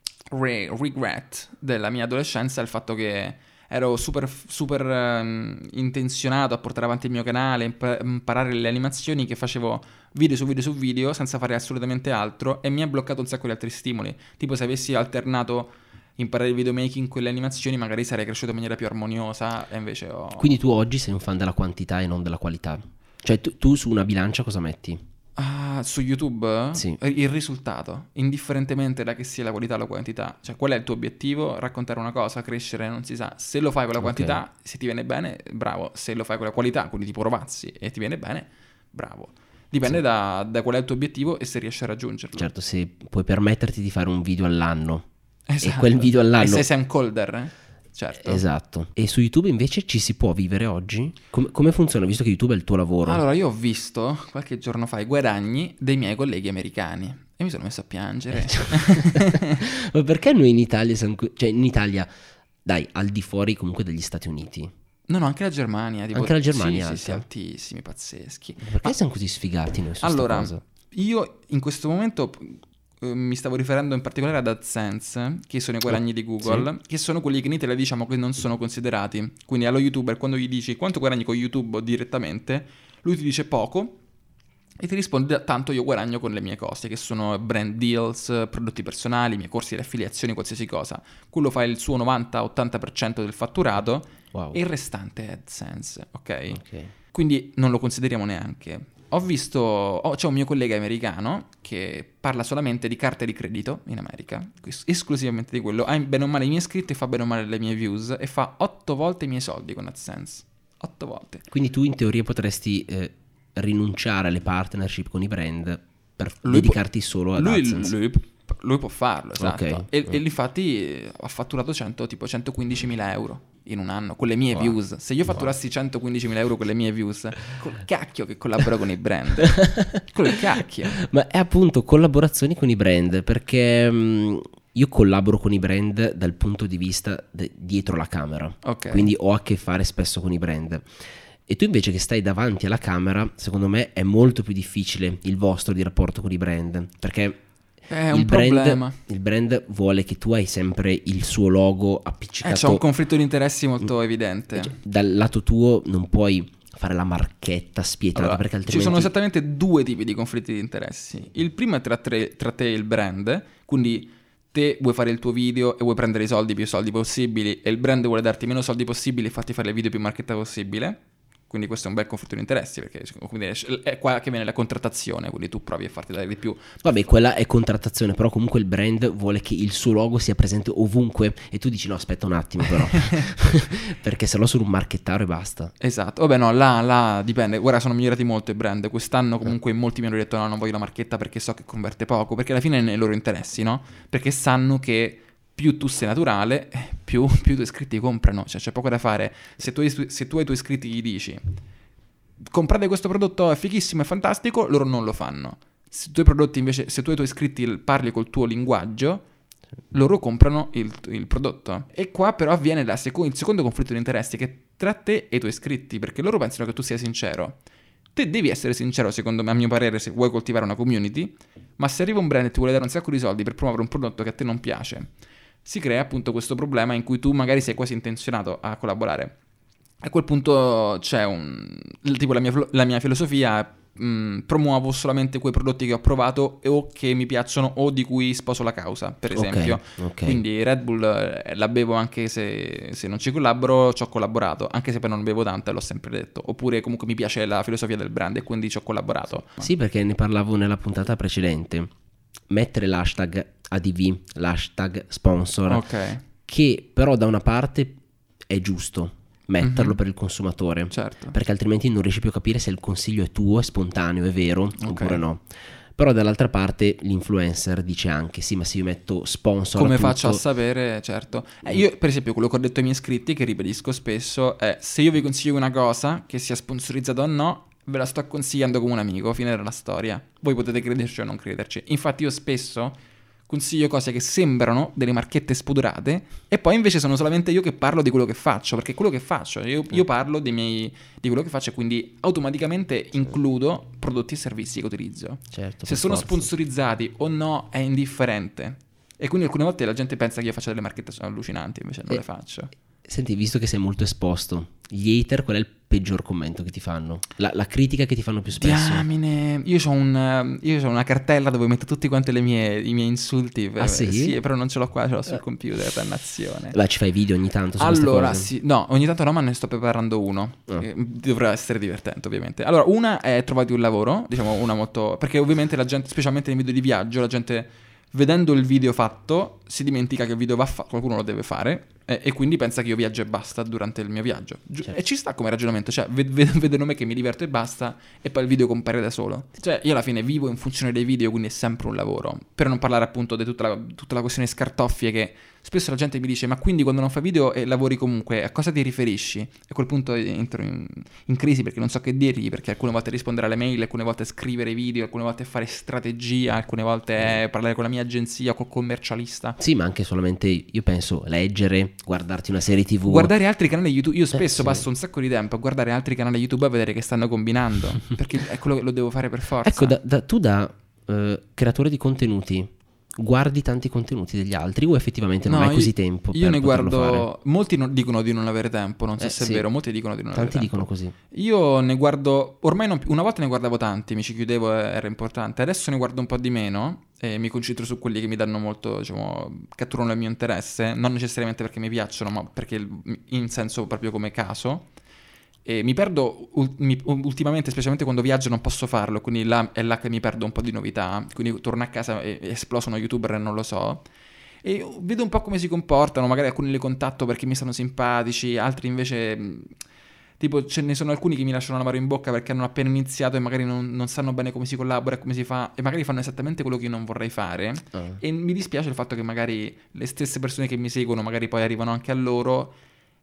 [SPEAKER 2] regret della mia adolescenza è il fatto che ero super intenzionato a portare avanti il mio canale, imparare le animazioni, che facevo video su video senza fare assolutamente altro, e mi ha bloccato un sacco di altri stimoli. Tipo se avessi alternato imparare il videomaking con le animazioni, magari sarei cresciuto in maniera più armoniosa, e invece ho...
[SPEAKER 1] Quindi tu oggi sei un fan della quantità e non della qualità? Cioè tu su una bilancia cosa metti?
[SPEAKER 2] Su YouTube?
[SPEAKER 1] Sì.
[SPEAKER 2] Il risultato, indifferentemente da che sia la qualità o la quantità. Cioè qual è il tuo obiettivo? Raccontare una cosa, crescere, non si sa. Se lo fai con la quantità, se ti viene bene, bravo. Se lo fai con la qualità, quindi tipo Rovazzi, e ti viene bene, bravo. Dipende da qual è il tuo obiettivo e se riesci a raggiungerlo.
[SPEAKER 1] Certo, se puoi permetterti di fare un video all'anno,
[SPEAKER 2] esatto.
[SPEAKER 1] E quel video all'anno...
[SPEAKER 2] E se sei un colder, certo.
[SPEAKER 1] Esatto. E su YouTube invece ci si può vivere oggi? Come funziona, visto che YouTube è il tuo lavoro?
[SPEAKER 2] Allora, io ho visto qualche giorno fa i guadagni dei miei colleghi americani e mi sono messo a piangere.
[SPEAKER 1] Ma perché noi in Italia siamo... Cioè in Italia, dai, al di fuori comunque degli Stati Uniti.
[SPEAKER 2] No, anche la Germania. Tipo,
[SPEAKER 1] anche la Germania
[SPEAKER 2] sì, altissimi, pazzeschi.
[SPEAKER 1] Perché siamo così sfigati noi su questa cosa?
[SPEAKER 2] Io in questo momento... mi stavo riferendo in particolare ad AdSense, che sono i guadagni di Google, che sono quelli che in Italia diciamo che non sono considerati. Quindi allo YouTuber, quando gli dici quanto guadagni con YouTube direttamente, lui ti dice poco e ti risponde tanto io guadagno con le mie cose, che sono brand deals, prodotti personali, i miei corsi di affiliazioni, qualsiasi cosa. Quello fa il suo 90-80% del fatturato, e il restante è AdSense, ok? Quindi non lo consideriamo neanche. Ho visto, c'è un mio collega americano che parla solamente di carte di credito in America, esclusivamente di quello, ha bene o male i miei iscritti, fa bene o male le mie views e fa 8 volte i miei soldi con AdSense, 8 volte.
[SPEAKER 1] Quindi tu in teoria potresti rinunciare alle partnership con i brand per dedicarti solo ad AdSense.
[SPEAKER 2] Lui può farlo, esatto. E infatti ha fatturato 115.000 euro in un anno con le mie views. Se io fatturassi 115.000 euro con le mie views, col cacchio che collaboro con i brand. Col cacchio.
[SPEAKER 1] Ma è appunto collaborazioni con i brand, perché io collaboro con i brand dal punto di vista dietro la camera. Quindi ho a che fare spesso con i brand. E tu invece che stai davanti alla camera, secondo me è molto più difficile il vostro di rapporto con i brand, perché
[SPEAKER 2] è un problema.
[SPEAKER 1] Il brand vuole che tu hai sempre il suo logo appiccicato.
[SPEAKER 2] C'è un conflitto di interessi molto evidente.
[SPEAKER 1] Dal lato tuo non puoi fare la marchetta spietata, perché altrimenti...
[SPEAKER 2] Ci sono esattamente 2 tipi di conflitti di interessi. Il primo è tra te e il brand, quindi te vuoi fare il tuo video e vuoi prendere più soldi possibili, e il brand vuole darti meno soldi possibili e farti fare le video più marchetta possibile. Quindi questo è un bel conflitto di interessi, perché è qua che viene la contrattazione, quindi tu provi a farti dare di più.
[SPEAKER 1] Vabbè, quella è contrattazione, però comunque il brand vuole che il suo logo sia presente ovunque e tu dici no, aspetta un attimo però, perché se no sono un marchettaro e basta.
[SPEAKER 2] Esatto, vabbè no, là dipende, guarda sono migliorati molto i brand, quest'anno comunque molti mi hanno detto no, non voglio la marchetta perché so che converte poco, perché alla fine è nei loro interessi, no? Perché sanno che più tu sei naturale, più i tuoi iscritti comprano. Cioè c'è poco da fare. Se tu ai tuoi iscritti gli dici comprate questo prodotto, è fighissimo, è fantastico, loro non lo fanno. Se tu ai tuoi iscritti parli col tuo linguaggio, loro comprano il prodotto. E qua però avviene il secondo conflitto di interessi, che tra te e i tuoi iscritti, perché loro pensano che tu sia sincero. Te devi essere sincero, secondo me, a mio parere, se vuoi coltivare una community, ma se arriva un brand e ti vuole dare un sacco di soldi per promuovere un prodotto che a te non piace, si crea appunto questo problema in cui tu magari sei quasi intenzionato a collaborare. A quel punto c'è tipo la mia filosofia, promuovo solamente quei prodotti che ho provato o che mi piacciono o di cui sposo la causa, per esempio.
[SPEAKER 1] Ok.
[SPEAKER 2] Quindi Red Bull la bevo anche se non ci collaboro, ci ho collaborato, anche se poi non bevo tanta, l'ho sempre detto. Oppure comunque mi piace la filosofia del brand e quindi ci ho collaborato.
[SPEAKER 1] Sì, perché ne parlavo nella puntata precedente. Mettere l'hashtag ADV, l'hashtag sponsor,
[SPEAKER 2] Ok,
[SPEAKER 1] che però da una parte è giusto metterlo per il consumatore,
[SPEAKER 2] certo.
[SPEAKER 1] perché altrimenti non riesci più a capire se il consiglio è tuo, è spontaneo, è vero, oppure no. Però dall'altra parte l'influencer dice anche sì, ma se io metto sponsor
[SPEAKER 2] Come
[SPEAKER 1] appunto,
[SPEAKER 2] faccio a sapere? Certo. Io per esempio quello che ho detto ai miei iscritti, che ribadisco spesso, è: se io vi consiglio una cosa, che sia sponsorizzata o no, ve la sto consigliando come un amico, fine della storia. Voi potete crederci o non crederci. Infatti io spesso consiglio cose che sembrano delle marchette spudorate e poi invece sono solamente io che parlo di quello che faccio, perché è quello che faccio, io parlo di quello che faccio e quindi automaticamente includo prodotti e servizi che utilizzo.
[SPEAKER 1] certo,
[SPEAKER 2] Se
[SPEAKER 1] per
[SPEAKER 2] sono
[SPEAKER 1] forza.
[SPEAKER 2] sponsorizzati o no è indifferente. E quindi alcune volte la gente pensa che io faccia delle marchette allucinanti, invece non le faccio.
[SPEAKER 1] Senti, visto che sei molto esposto, gli hater qual è il peggior commento che ti fanno? La critica che ti fanno più spesso?
[SPEAKER 2] Diamine, io ho una cartella dove metto tutti quanti i miei insulti.
[SPEAKER 1] Ah, sì?
[SPEAKER 2] Sì, però non ce l'ho qua, ce l'ho sul computer, dannazione.
[SPEAKER 1] Beh, ci fai video ogni tanto su queste
[SPEAKER 2] Allora,
[SPEAKER 1] cose?
[SPEAKER 2] sì, no, ogni tanto no, ma ne sto preparando uno. Dovrà essere divertente, ovviamente. Allora, una è trovati un lavoro, diciamo una molto... Perché ovviamente la gente, specialmente nei video di viaggio, la gente vedendo il video fatto si dimentica che il video va fatto, qualcuno lo deve fare e quindi pensa che io viaggio e basta durante il mio viaggio.
[SPEAKER 1] Certo.
[SPEAKER 2] E ci sta come ragionamento, cioè vedono me che mi diverto e basta e poi il video compare da solo. Cioè io alla fine vivo in funzione dei video, quindi è sempre un lavoro. Per non parlare appunto di tutta la questione scartoffie, che spesso la gente mi dice: ma quindi quando non fai video e lavori comunque, a cosa ti riferisci? E a quel punto entro in crisi perché non so che dirgli, perché alcune volte rispondere alle mail, alcune volte scrivere video, alcune volte fare strategia, alcune volte parlare con la mia agenzia, col commercialista.
[SPEAKER 1] Sì, ma anche solamente, io penso, leggere, guardarti una serie TV.
[SPEAKER 2] Guardare altri canali YouTube. Io spesso
[SPEAKER 1] sì.
[SPEAKER 2] passo un sacco di tempo a guardare altri canali YouTube a vedere che stanno combinando, perché è quello che lo devo fare per forza.
[SPEAKER 1] Ecco, tu da creatore di contenuti, guardi tanti contenuti degli altri o effettivamente non hai così tempo?
[SPEAKER 2] Io ne
[SPEAKER 1] poterlo
[SPEAKER 2] guardo.
[SPEAKER 1] fare?
[SPEAKER 2] Molti dicono di non avere tempo, non so se
[SPEAKER 1] sì.
[SPEAKER 2] è vero. Molti dicono di non avere
[SPEAKER 1] Tanti
[SPEAKER 2] tempo.
[SPEAKER 1] dicono così.
[SPEAKER 2] Io ne guardo. Ormai non più. Una volta ne guardavo tanti, mi ci chiudevo, era importante. Adesso ne guardo un po' di meno e mi concentro su quelli che mi danno molto, diciamo, catturano il mio interesse. Non necessariamente perché mi piacciono, ma perché in senso proprio come caso. E mi perdo ultimamente, specialmente quando viaggio, non posso farlo, quindi è là che mi perdo un po' di novità. Quindi torno a casa e esploso uno youtuber e non lo so. E vedo un po' come si comportano, magari alcuni li contatto perché mi stanno simpatici, altri invece, tipo ce ne sono alcuni che mi lasciano l'amaro in bocca perché hanno appena iniziato e magari non sanno bene come si collabora e come si fa, e magari fanno esattamente quello che io non vorrei fare. E mi dispiace il fatto che magari le stesse persone che mi seguono magari poi arrivano anche a loro.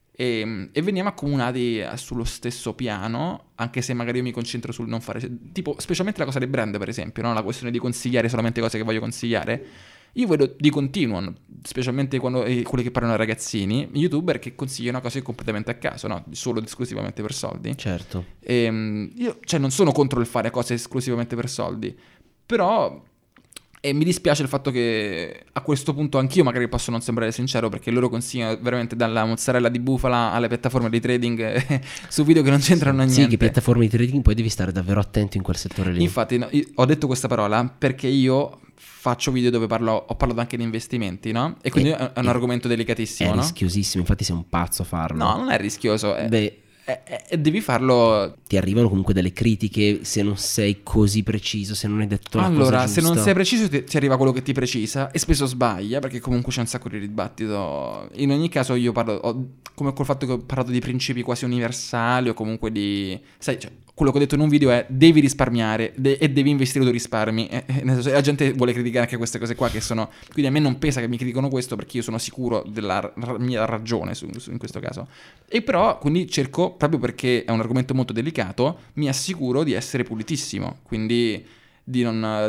[SPEAKER 2] E veniamo accomunati sullo stesso piano, anche se magari io mi concentro sul non fare, tipo specialmente la cosa dei brand, per esempio, no? La questione di consigliare solamente cose che voglio consigliare. Io vedo di continuo, specialmente quando quelli che parlano ai ragazzini, youtuber che consigliano cose completamente a caso, no? Solo ed esclusivamente per soldi.
[SPEAKER 1] Certo.
[SPEAKER 2] Io, cioè, non sono contro il fare cose esclusivamente per soldi, però... E mi dispiace il fatto che a questo punto anch'io magari posso non sembrare sincero, perché loro consigliano veramente dalla mozzarella di bufala alle piattaforme di trading su video che non c'entrano niente.
[SPEAKER 1] Sì, che piattaforme di trading poi devi stare davvero attento in quel settore lì.
[SPEAKER 2] Infatti no, ho detto questa parola perché io faccio video dove ho parlato anche di investimenti, no? E quindi è un argomento delicatissimo,
[SPEAKER 1] è
[SPEAKER 2] no?
[SPEAKER 1] rischiosissimo, infatti sei un pazzo a farlo.
[SPEAKER 2] No, non è rischioso.
[SPEAKER 1] Beh,
[SPEAKER 2] devi farlo.
[SPEAKER 1] ti arrivano comunque delle critiche se non sei così preciso, se non hai detto la cosa
[SPEAKER 2] Allora,
[SPEAKER 1] giusta.
[SPEAKER 2] se non sei preciso ti arriva quello che ti precisa e spesso sbaglia, perché comunque c'è un sacco di dibattito. In ogni caso io parlo, come col fatto che ho parlato di principi quasi universali o comunque di... Sai, cioè, quello che ho detto in un video è: devi risparmiare e devi investire i tuoi risparmi. Nel senso, la gente vuole criticare anche queste cose qua che sono... Quindi a me non pesa che mi criticano questo, perché io sono sicuro della mia ragione in questo caso. E però, quindi cerco, proprio perché è un argomento molto delicato, mi assicuro di essere pulitissimo. Quindi di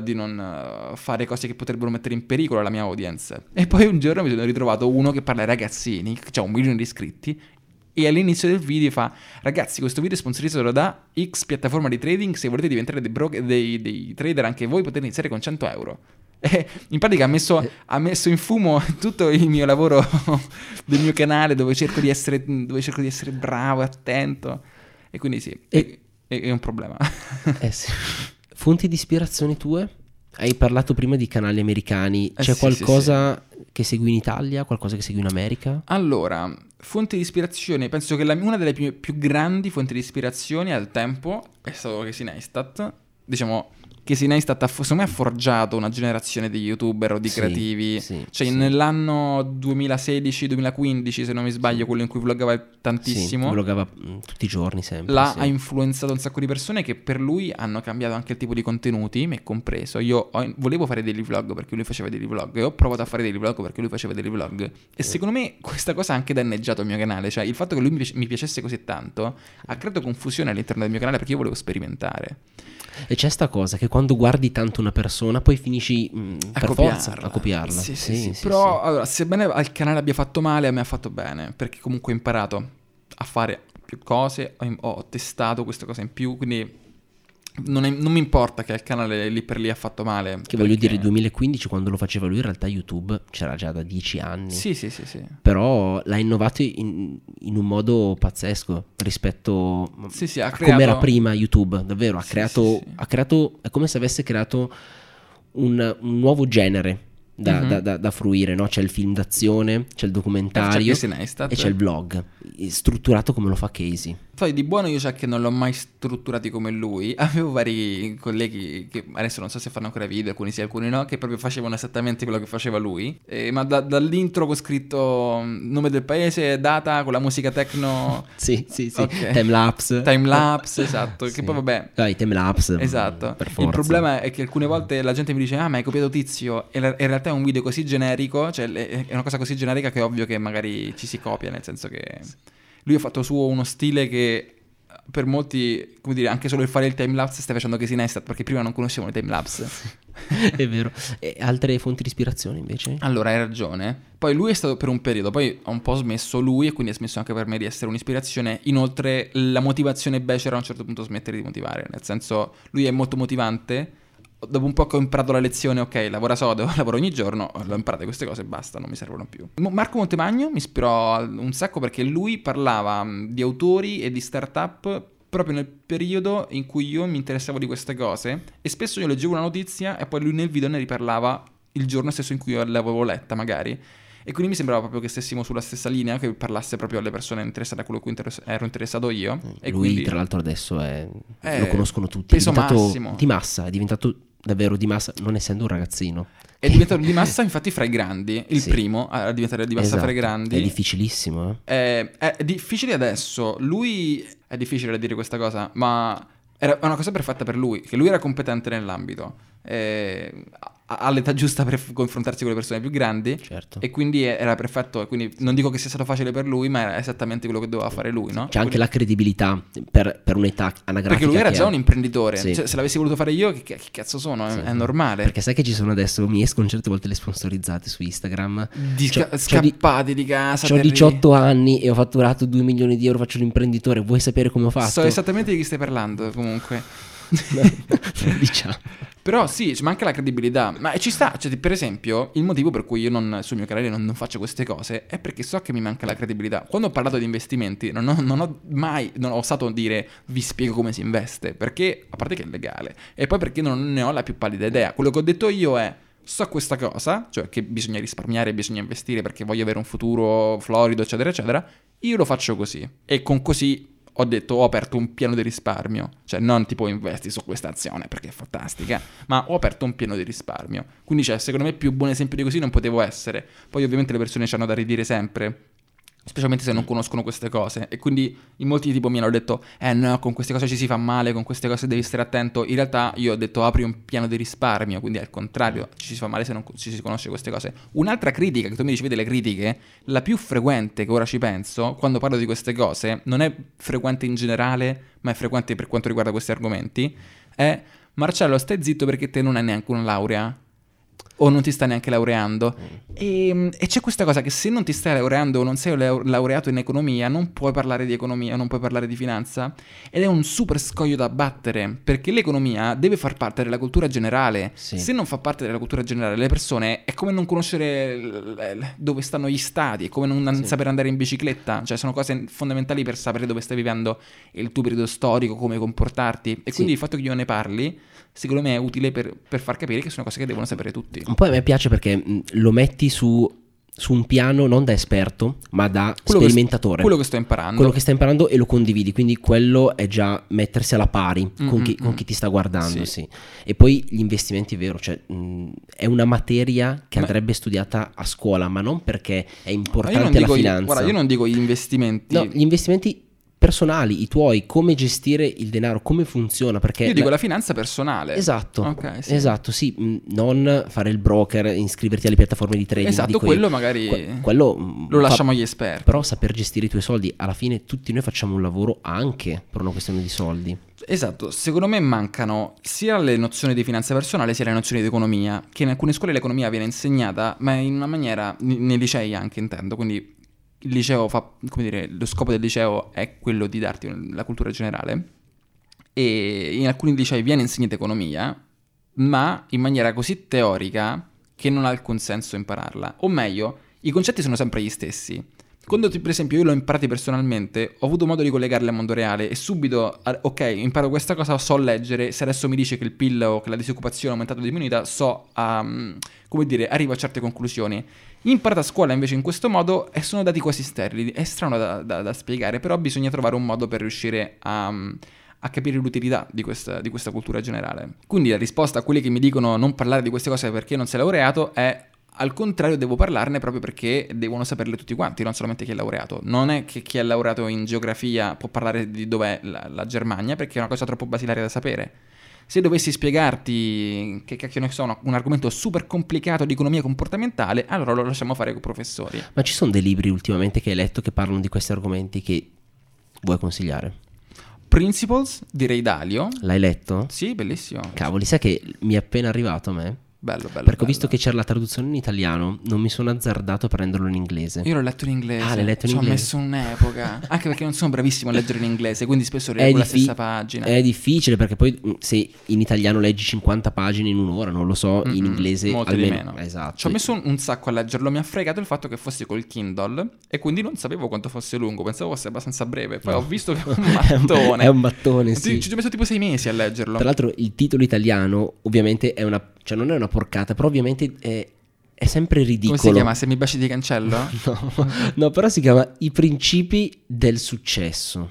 [SPEAKER 2] non fare cose che potrebbero mettere in pericolo la mia audience. E poi un giorno mi sono ritrovato uno che parla ai ragazzini, che ha 1 milione di iscritti, e all'inizio del video fa: ragazzi, questo video è sponsorizzato da X piattaforma di trading, se volete diventare dei trader anche voi potete iniziare con 100 euro. E in pratica ha messo in fumo tutto il mio lavoro del mio canale, dove cerco di essere bravo e attento. E quindi sì, è un problema.
[SPEAKER 1] Sì. Fonti di ispirazione tue? Hai parlato prima di canali americani. C'è qualcosa che segui in Italia? Qualcosa che segui in America?
[SPEAKER 2] Allora, fonti di ispirazione, penso che una delle più grandi fonti di ispirazione al tempo è stato Casey Neistat. Diciamo, Casey Neistat secondo me ha forgiato una generazione di youtuber o di creativi. Nell'anno 2016-2015, se non mi sbaglio, quello in cui vloggava tantissimo.
[SPEAKER 1] Vloggava tutti i giorni, sempre.
[SPEAKER 2] Ha influenzato un sacco di persone che per lui hanno cambiato anche il tipo di contenuti, me compreso. Io volevo fare dei vlog perché lui faceva dei vlog, e ho provato a fare dei vlog perché lui faceva dei vlog. E secondo me questa cosa ha anche danneggiato il mio canale. Cioè, il fatto che lui mi piacesse così tanto ha creato confusione all'interno del mio canale, perché io volevo sperimentare.
[SPEAKER 1] E c'è sta cosa che quando guardi tanto una persona poi finisci per forza a copiarla.
[SPEAKER 2] Sì. Però allora, sebbene al canale abbia fatto male, a me ha fatto bene, perché comunque ho imparato a fare più cose, ho testato queste cose in più, quindi non mi importa che al canale lì per lì ha fatto male.
[SPEAKER 1] Che voglio dire, 2015 quando lo faceva lui in realtà YouTube c'era già da 10 anni.
[SPEAKER 2] Sì.
[SPEAKER 1] Però l'ha innovato in un modo pazzesco rispetto
[SPEAKER 2] a
[SPEAKER 1] come era prima YouTube, davvero. Ha creato, è come se avesse creato un nuovo genere da fruire, no? C'è il film d'azione, c'è il documentario e c'è il vlog, strutturato come lo fa Casey.
[SPEAKER 2] Poi di buono io so che non l'ho mai strutturati come lui. Avevo vari colleghi che adesso non so se fanno ancora video, alcuni sì, alcuni no, che proprio facevano esattamente quello che faceva lui. Ma dall'intro con scritto nome del paese, data, con la musica techno.
[SPEAKER 1] Sì. Okay. Timelapse,
[SPEAKER 2] esatto. Che poi vabbè.
[SPEAKER 1] Dai, timelapse.
[SPEAKER 2] Esatto.
[SPEAKER 1] Per forza.
[SPEAKER 2] Il problema è che alcune volte la gente mi dice: ah, ma hai copiato Tizio. E in realtà è un video così generico, cioè è una cosa così generica che è ovvio che magari ci si copia, nel senso che lui ha fatto suo uno stile che per molti, come dire, anche solo il fare il timelapse stai facendo Casey Neistat, perché prima non conoscevano i timelapse.
[SPEAKER 1] È vero. E altre fonti di ispirazione invece?
[SPEAKER 2] Allora, hai ragione. Poi lui è stato per un periodo, poi ha un po' smesso lui e quindi ha smesso anche per me di essere un'ispirazione. Inoltre la motivazione becera a un certo punto smette di motivare, nel senso lui è molto motivante. Dopo un po' che ho imparato la lezione, ok, lavora sodo, lavoro ogni giorno, l'ho imparate queste cose e basta, non mi servono più. Marco Montemagno mi ispirò un sacco perché lui parlava di autori e di startup proprio nel periodo in cui io mi interessavo di queste cose, e spesso io leggevo una notizia e poi lui nel video ne riparlava il giorno stesso in cui io l'avevo letta magari. E quindi mi sembrava proprio che stessimo sulla stessa linea, che parlasse proprio alle persone interessate a quello a cui ero interessato io. E
[SPEAKER 1] lui
[SPEAKER 2] quindi,
[SPEAKER 1] tra l'altro adesso lo conoscono tutti,
[SPEAKER 2] peso massimo.
[SPEAKER 1] Di massa, è diventato davvero di massa, non essendo un ragazzino.
[SPEAKER 2] È diventato di massa infatti fra i grandi, il primo a diventare di massa fra i grandi.
[SPEAKER 1] È difficilissimo.
[SPEAKER 2] È difficile adesso, lui è difficile da dire questa cosa, ma è una cosa perfetta per lui, che lui era competente nell'ambito. Ha l'età giusta per confrontarsi con le persone più grandi,
[SPEAKER 1] certo.
[SPEAKER 2] E quindi era perfetto. Quindi non dico che sia stato facile per lui, ma era esattamente quello che doveva fare lui, no?
[SPEAKER 1] C'è anche la credibilità per un'età anagrafica,
[SPEAKER 2] perché lui era già un imprenditore.
[SPEAKER 1] Sì.
[SPEAKER 2] Cioè, se l'avessi voluto fare io, che cazzo sono? Sì. È normale.
[SPEAKER 1] Perché sai che ci sono adesso, mi escono certe volte le sponsorizzate su Instagram
[SPEAKER 2] scappati di casa.
[SPEAKER 1] Ho 18 anni e ho fatturato 2 milioni di euro, faccio l'imprenditore. Vuoi sapere come ho fatto?
[SPEAKER 2] So esattamente di chi stai parlando, comunque.
[SPEAKER 1] Diciamo.
[SPEAKER 2] Però sì, ci manca la credibilità. Ma ci sta, cioè, per esempio, il motivo per cui io sul mio canale non faccio queste cose è perché so che mi manca la credibilità. Quando ho parlato di investimenti non ho osato dire vi spiego come si investe, perché a parte che è illegale, e poi perché non ne ho la più pallida idea. Quello che ho detto io è: so questa cosa, cioè che bisogna risparmiare, bisogna investire perché voglio avere un futuro florido, eccetera eccetera. Io lo faccio così, e con così ho detto, ho aperto un piano di risparmio. Cioè non tipo investi su questa azione perché è fantastica, ma ho aperto un piano di risparmio. Quindi secondo me più buon esempio di così non potevo essere. Poi ovviamente le persone ci hanno da ridire sempre, specialmente se non conoscono queste cose, e quindi in molti tipo mi hanno detto no, con queste cose ci si fa male, con queste cose devi stare attento. In realtà io ho detto apri un piano di risparmio, quindi al contrario ci si fa male se non ci si conosce queste cose. Un'altra critica, che tu mi dici vedi le critiche, la più frequente che ora ci penso quando parlo di queste cose, non è frequente in generale ma è frequente per quanto riguarda questi argomenti, è Marcello, stai zitto perché te non hai neanche una laurea. O non ti stai neanche laureando. E c'è questa cosa che se non ti stai laureando o non sei laureato in economia, non puoi parlare di economia, non puoi parlare di finanza. Ed è un super scoglio da battere, perché l'economia deve far parte della cultura generale.
[SPEAKER 1] Sì.
[SPEAKER 2] Se non fa parte della cultura generale, le persone è come non conoscere dove stanno gli stati, è come non saper andare in bicicletta. Cioè sono cose fondamentali per sapere dove stai vivendo il tuo periodo storico, come comportarti. E quindi il fatto che io ne parli, secondo me è utile per far capire che sono cose che devono sapere tutti.
[SPEAKER 1] Un po' a me piace perché lo metti su un piano non da esperto, ma da sperimentatore.
[SPEAKER 2] Quello che sto imparando.
[SPEAKER 1] Quello che stai imparando e lo condividi, quindi quello è già mettersi alla pari con chi ti sta guardando, sì. E poi gli investimenti, è vero, cioè è una materia che andrebbe studiata a scuola, ma non perché è importante la finanza.
[SPEAKER 2] Guarda, io non dico gli investimenti.
[SPEAKER 1] No, gli investimenti personali, i tuoi, come gestire il denaro, come funziona, perché
[SPEAKER 2] io dico la finanza personale.
[SPEAKER 1] Esatto.
[SPEAKER 2] Okay, sì.
[SPEAKER 1] Esatto, sì, non fare il broker, iscriverti alle piattaforme di trading.
[SPEAKER 2] Esatto, quello magari
[SPEAKER 1] quello
[SPEAKER 2] lo lasciamo agli esperti.
[SPEAKER 1] Però saper gestire i tuoi soldi, alla fine tutti noi facciamo un lavoro anche per una questione di soldi.
[SPEAKER 2] Esatto, secondo me mancano sia le nozioni di finanza personale sia le nozioni di economia, che in alcune scuole l'economia viene insegnata, ma in una maniera, nei licei anche intendo, quindi il liceo fa, come dire, lo scopo del liceo è quello di darti la cultura generale, e in alcuni licei viene insegnata economia, ma in maniera così teorica che non ha alcun senso impararla. O meglio, i concetti sono sempre gli stessi. Quando per esempio io l'ho imparati personalmente, ho avuto modo di collegarli al mondo reale e subito, ok, imparo questa cosa, so leggere, se adesso mi dice che il PIL o che la disoccupazione è aumentata o diminuita, come dire, arrivo a certe conclusioni. Imparata a scuola invece in questo modo e sono dati quasi sterili, è strano da spiegare, però bisogna trovare un modo per riuscire a capire l'utilità di questa cultura generale. Quindi la risposta a quelli che mi dicono non parlare di queste cose perché non sei laureato è: al contrario, devo parlarne proprio perché devono saperle tutti quanti, non solamente chi è laureato. Non è che chi è laureato in geografia può parlare di dov'è la Germania, perché è una cosa troppo basilare da sapere. Se dovessi spiegarti che cacchio ne so, un argomento super complicato di economia comportamentale, allora lo lasciamo fare con professori.
[SPEAKER 1] Ma ci sono dei libri ultimamente che hai letto che parlano di questi argomenti che vuoi consigliare?
[SPEAKER 2] Principles di Ray Dalio.
[SPEAKER 1] L'hai letto?
[SPEAKER 2] Sì, bellissimo.
[SPEAKER 1] Cavoli, sai che mi è appena arrivato a me?
[SPEAKER 2] Bello.
[SPEAKER 1] Perché ho visto che c'era la traduzione in italiano, non mi sono azzardato a prenderlo in inglese.
[SPEAKER 2] Io l'ho letto in inglese.
[SPEAKER 1] Ah, l'hai letto in
[SPEAKER 2] inglese?
[SPEAKER 1] inglese?
[SPEAKER 2] Ci ho messo un'epoca. Anche perché non sono bravissimo a leggere in inglese, quindi spesso leggo la stessa pagina.
[SPEAKER 1] È difficile perché poi se in italiano leggi 50 pagine in un'ora, non lo so, in inglese
[SPEAKER 2] molto
[SPEAKER 1] almeno.
[SPEAKER 2] di meno.
[SPEAKER 1] Esatto.
[SPEAKER 2] Ci ho messo un sacco a leggerlo, mi ha fregato il fatto che fosse col Kindle e quindi non sapevo quanto fosse lungo, pensavo fosse abbastanza breve. Poi ho visto che è un mattone.
[SPEAKER 1] È un mattone, sì.
[SPEAKER 2] Ci ho messo tipo 6 mesi a leggerlo.
[SPEAKER 1] Tra l'altro il titolo italiano ovviamente è cioè non è una porcata, però ovviamente è sempre ridicolo.
[SPEAKER 2] Come si chiama? Se mi baci ti cancello?
[SPEAKER 1] No, però si chiama I principi del successo.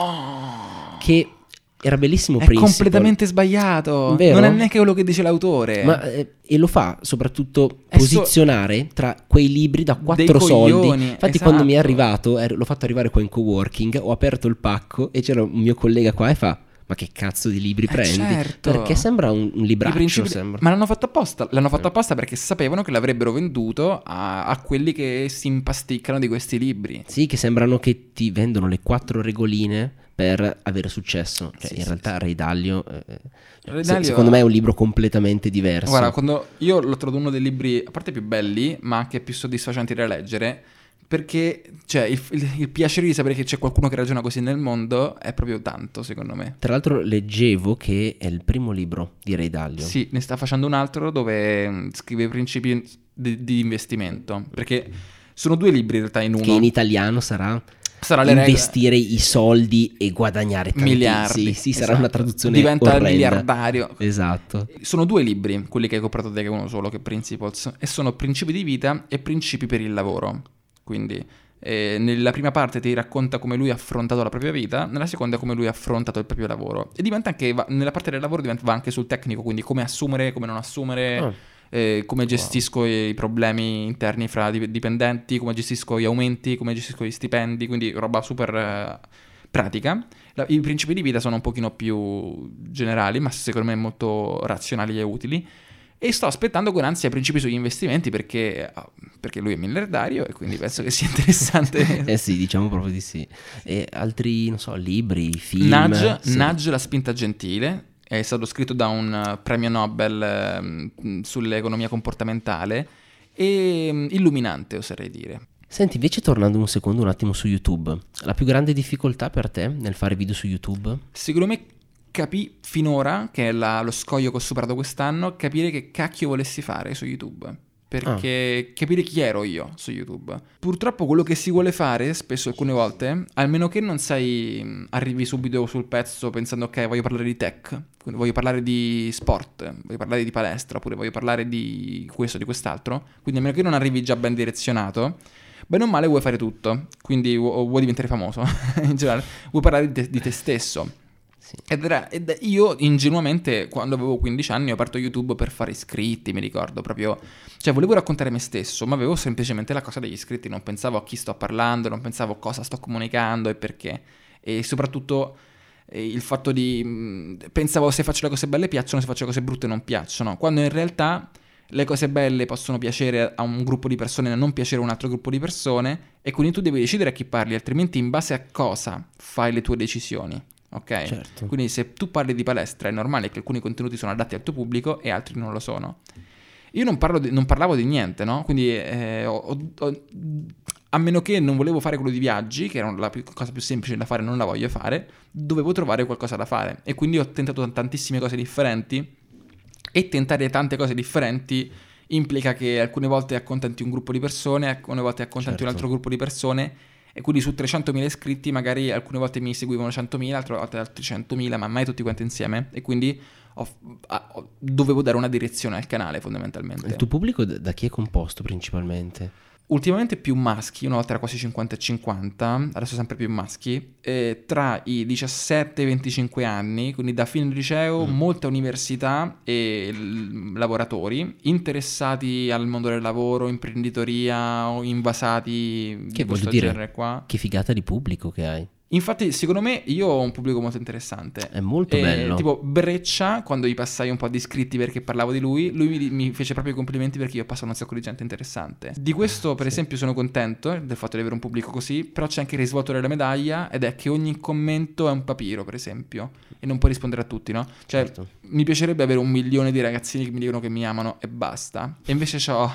[SPEAKER 2] No!
[SPEAKER 1] Che era bellissimo.
[SPEAKER 2] È completamente sbagliato.
[SPEAKER 1] Vero?
[SPEAKER 2] Non è neanche quello che dice l'autore.
[SPEAKER 1] Ma e lo fa soprattutto posizionare tra quei libri da 4 soldi. Infatti quando mi è arrivato, l'ho fatto arrivare qua in coworking, ho aperto il pacco e c'era un mio collega qua e fa: ma che cazzo di libri prendi?
[SPEAKER 2] Certo.
[SPEAKER 1] Perché sembra un libraccio, sembra.
[SPEAKER 2] Ma l'hanno fatto apposta. L'hanno fatto apposta perché sapevano che l'avrebbero venduto a quelli che si impasticcano di questi libri.
[SPEAKER 1] Sì, che sembrano che ti vendono le 4 regoline per avere successo. Cioè, in realtà Ray Dalio, secondo me è un libro completamente diverso.
[SPEAKER 2] Guarda, quando io l'ho trovato uno dei libri, a parte più belli, ma anche più soddisfacenti da leggere, perché cioè, il piacere di sapere che c'è qualcuno che ragiona così nel mondo è proprio tanto, secondo me.
[SPEAKER 1] Tra l'altro leggevo che è il primo libro di Ray Dalio.
[SPEAKER 2] Sì, ne sta facendo un altro dove scrive i principi di investimento, perché sono 2 libri in realtà in uno.
[SPEAKER 1] Che in italiano sarà investire i soldi e guadagnare tanti
[SPEAKER 2] miliardi.
[SPEAKER 1] Sì, sarà una traduzione
[SPEAKER 2] diventa
[SPEAKER 1] orrenda.
[SPEAKER 2] Miliardario.
[SPEAKER 1] Esatto.
[SPEAKER 2] Sono 2 libri, quelli che hai comprato te, che uno solo, che è Principles, e sono Principi di vita e Principi per il lavoro. Quindi nella prima parte ti racconta come lui ha affrontato la propria vita, nella seconda come lui ha affrontato il proprio lavoro. E diventa anche, nella parte del lavoro va anche sul tecnico, quindi come assumere, come non assumere, come gestisco i problemi interni fra dipendenti, come gestisco gli aumenti, come gestisco gli stipendi, quindi roba super pratica. I principi di vita sono un pochino più generali, ma secondo me molto razionali e utili. E sto aspettando con ansia i principi sugli investimenti perché lui è miliardario e quindi penso che sia interessante.
[SPEAKER 1] Sì, diciamo proprio di sì. E altri, non so, libri, film.
[SPEAKER 2] Nudge, la spinta gentile. è stato scritto da un premio Nobel sull'economia comportamentale e illuminante, oserei dire.
[SPEAKER 1] Senti, invece tornando un attimo su YouTube, la più grande difficoltà per te nel fare video su YouTube?
[SPEAKER 2] Secondo me capì finora, che è lo scoglio che ho superato quest'anno, capire che cacchio volessi fare su YouTube. Perché capire chi ero io su YouTube. Purtroppo quello che si vuole fare, spesso alcune volte, almeno che non arrivi subito sul pezzo pensando ok, voglio parlare di tech, voglio parlare di sport, voglio parlare di palestra, oppure voglio parlare di questo, di quest'altro, quindi almeno che non arrivi già ben direzionato, bene o male vuoi fare tutto, quindi vuoi diventare famoso, in generale, vuoi parlare di te stesso.
[SPEAKER 1] Sì.
[SPEAKER 2] Ed io ingenuamente quando avevo 15 anni ho aperto YouTube per fare iscritti, mi ricordo proprio, cioè volevo raccontare me stesso, ma avevo semplicemente la cosa degli iscritti, non pensavo a chi sto parlando, non pensavo cosa sto comunicando e perché, e soprattutto il fatto pensavo se faccio le cose belle piacciono, se faccio le cose brutte non piacciono, quando in realtà le cose belle possono piacere a un gruppo di persone e non piacere a un altro gruppo di persone, e quindi tu devi decidere a chi parli, altrimenti in base a cosa fai le tue decisioni. Ok?
[SPEAKER 1] Certo.
[SPEAKER 2] Quindi se tu parli di palestra è normale che alcuni contenuti sono adatti al tuo pubblico e altri non lo sono. Io non parlavo di niente, no? Quindi a meno che non volevo fare quello di viaggi, che era la cosa più semplice da fare, non la voglio fare, dovevo trovare qualcosa da fare. E quindi ho tentato tantissime cose differenti, e tentare tante cose differenti implica che alcune volte accontenti un gruppo di persone, alcune volte accontenti un altro gruppo di persone. E quindi su 300.000 iscritti magari alcune volte mi seguivano 100.000, altre volte altri 100.000, ma mai tutti quanti insieme. E quindi dovevo dare una direzione al canale fondamentalmente.
[SPEAKER 1] Il tuo pubblico da chi è composto principalmente?
[SPEAKER 2] Ultimamente più maschi, una volta era quasi 50 e 50, adesso sempre più maschi, tra i 17 e i 25 anni, quindi da fine liceo, molte università e lavoratori interessati al mondo del lavoro, imprenditoria o invasati
[SPEAKER 1] Che
[SPEAKER 2] di
[SPEAKER 1] voglio
[SPEAKER 2] questo
[SPEAKER 1] dire,
[SPEAKER 2] genere qua.
[SPEAKER 1] che figata di pubblico che hai.
[SPEAKER 2] Infatti, secondo me, io ho un pubblico molto interessante.
[SPEAKER 1] È molto bello.
[SPEAKER 2] Tipo Breccia, quando gli passai un po' di iscritti perché parlavo di lui mi fece proprio i complimenti perché io ho passato un sacco di gente interessante. Di questo, per esempio, sono contento del fatto di avere un pubblico così, però c'è anche il risvolto della medaglia, ed è che ogni commento è un papiro, per esempio, e non puoi rispondere a tutti, no? Cioè,
[SPEAKER 1] Certo.
[SPEAKER 2] mi piacerebbe avere 1 milione di ragazzini che mi dicono che mi amano e basta. E invece c'ho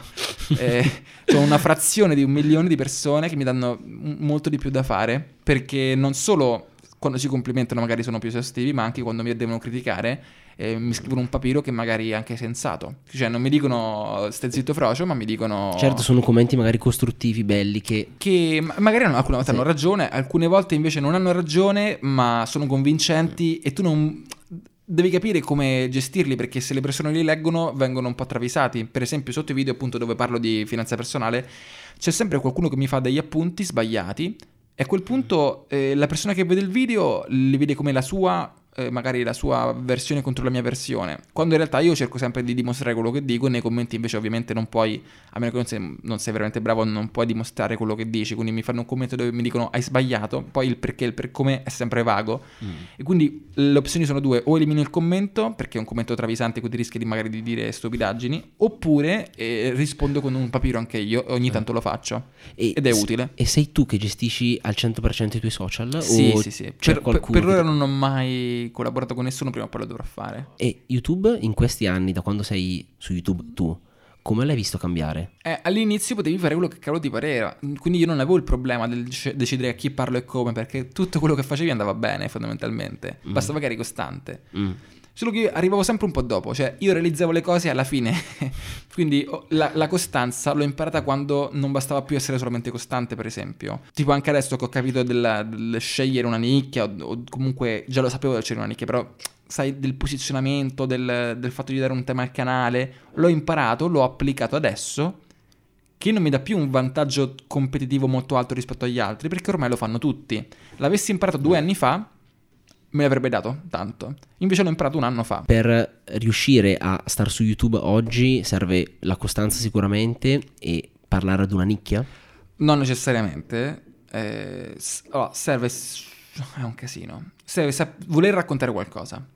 [SPEAKER 2] una frazione di 1 milione di persone che mi danno molto di più da fare, perché non solo quando ci complimentano magari sono più esaustivi, ma anche quando mi devono criticare mi scrivono un papiro che magari è anche sensato. Cioè non mi dicono stai zitto frocio, ma mi dicono...
[SPEAKER 1] Certo, sono commenti magari costruttivi, belli, che
[SPEAKER 2] magari alcune volte
[SPEAKER 1] sì,
[SPEAKER 2] hanno ragione, alcune volte invece non hanno ragione, ma sono convincenti, e tu non... devi capire come gestirli, perché se le persone li leggono vengono un po' travisati. Per esempio sotto i video appunto dove parlo di finanza personale c'è sempre qualcuno che mi fa degli appunti sbagliati, e a quel punto la persona che vede il video li vede come la sua, magari la sua versione contro la mia versione, quando in realtà io cerco sempre di dimostrare quello che dico. Nei commenti invece ovviamente non puoi, a meno che non sei veramente bravo, non puoi dimostrare quello che dici, quindi mi fanno un commento dove mi dicono hai sbagliato, poi il perché, il per come è sempre vago. E quindi le opzioni sono due: o elimino il commento perché è un commento travisante, quindi rischi magari di dire stupidaggini, oppure rispondo con un papiro anche io, ogni tanto lo faccio ed è utile.
[SPEAKER 1] E sei tu che gestisci al 100% i tuoi social?
[SPEAKER 2] Sì,
[SPEAKER 1] o
[SPEAKER 2] sì.
[SPEAKER 1] c'è qualcuno
[SPEAKER 2] Per ora non ho mai collaborato con nessuno, prima o poi lo dovrò fare.
[SPEAKER 1] E YouTube in questi anni, da quando sei su YouTube tu, come l'hai visto cambiare?
[SPEAKER 2] All'inizio potevi fare quello che cavolo ti pareva, quindi io non avevo il problema del decidere a chi parlo e come, perché tutto quello che facevi andava bene fondamentalmente, bastava che eri costante. Solo che io arrivavo sempre un po' dopo, cioè io realizzavo le cose alla fine. Quindi la costanza l'ho imparata quando non bastava più essere solamente costante, per esempio. Tipo anche adesso che ho capito del scegliere una nicchia, o comunque già lo sapevo del scegliere una nicchia, però sai, del posizionamento, del fatto di dare un tema al canale, l'ho imparato, l'ho applicato adesso, che non mi dà più un vantaggio competitivo molto alto rispetto agli altri, perché ormai lo fanno tutti. L'avessi imparato 2 anni fa, me l'avrebbe dato tanto. Invece l'ho imparato 1 anno fa.
[SPEAKER 1] Per riuscire a star su YouTube oggi serve la costanza sicuramente, e parlare ad una nicchia?
[SPEAKER 2] Non necessariamente. Serve... è un casino. Serve voler raccontare qualcosa.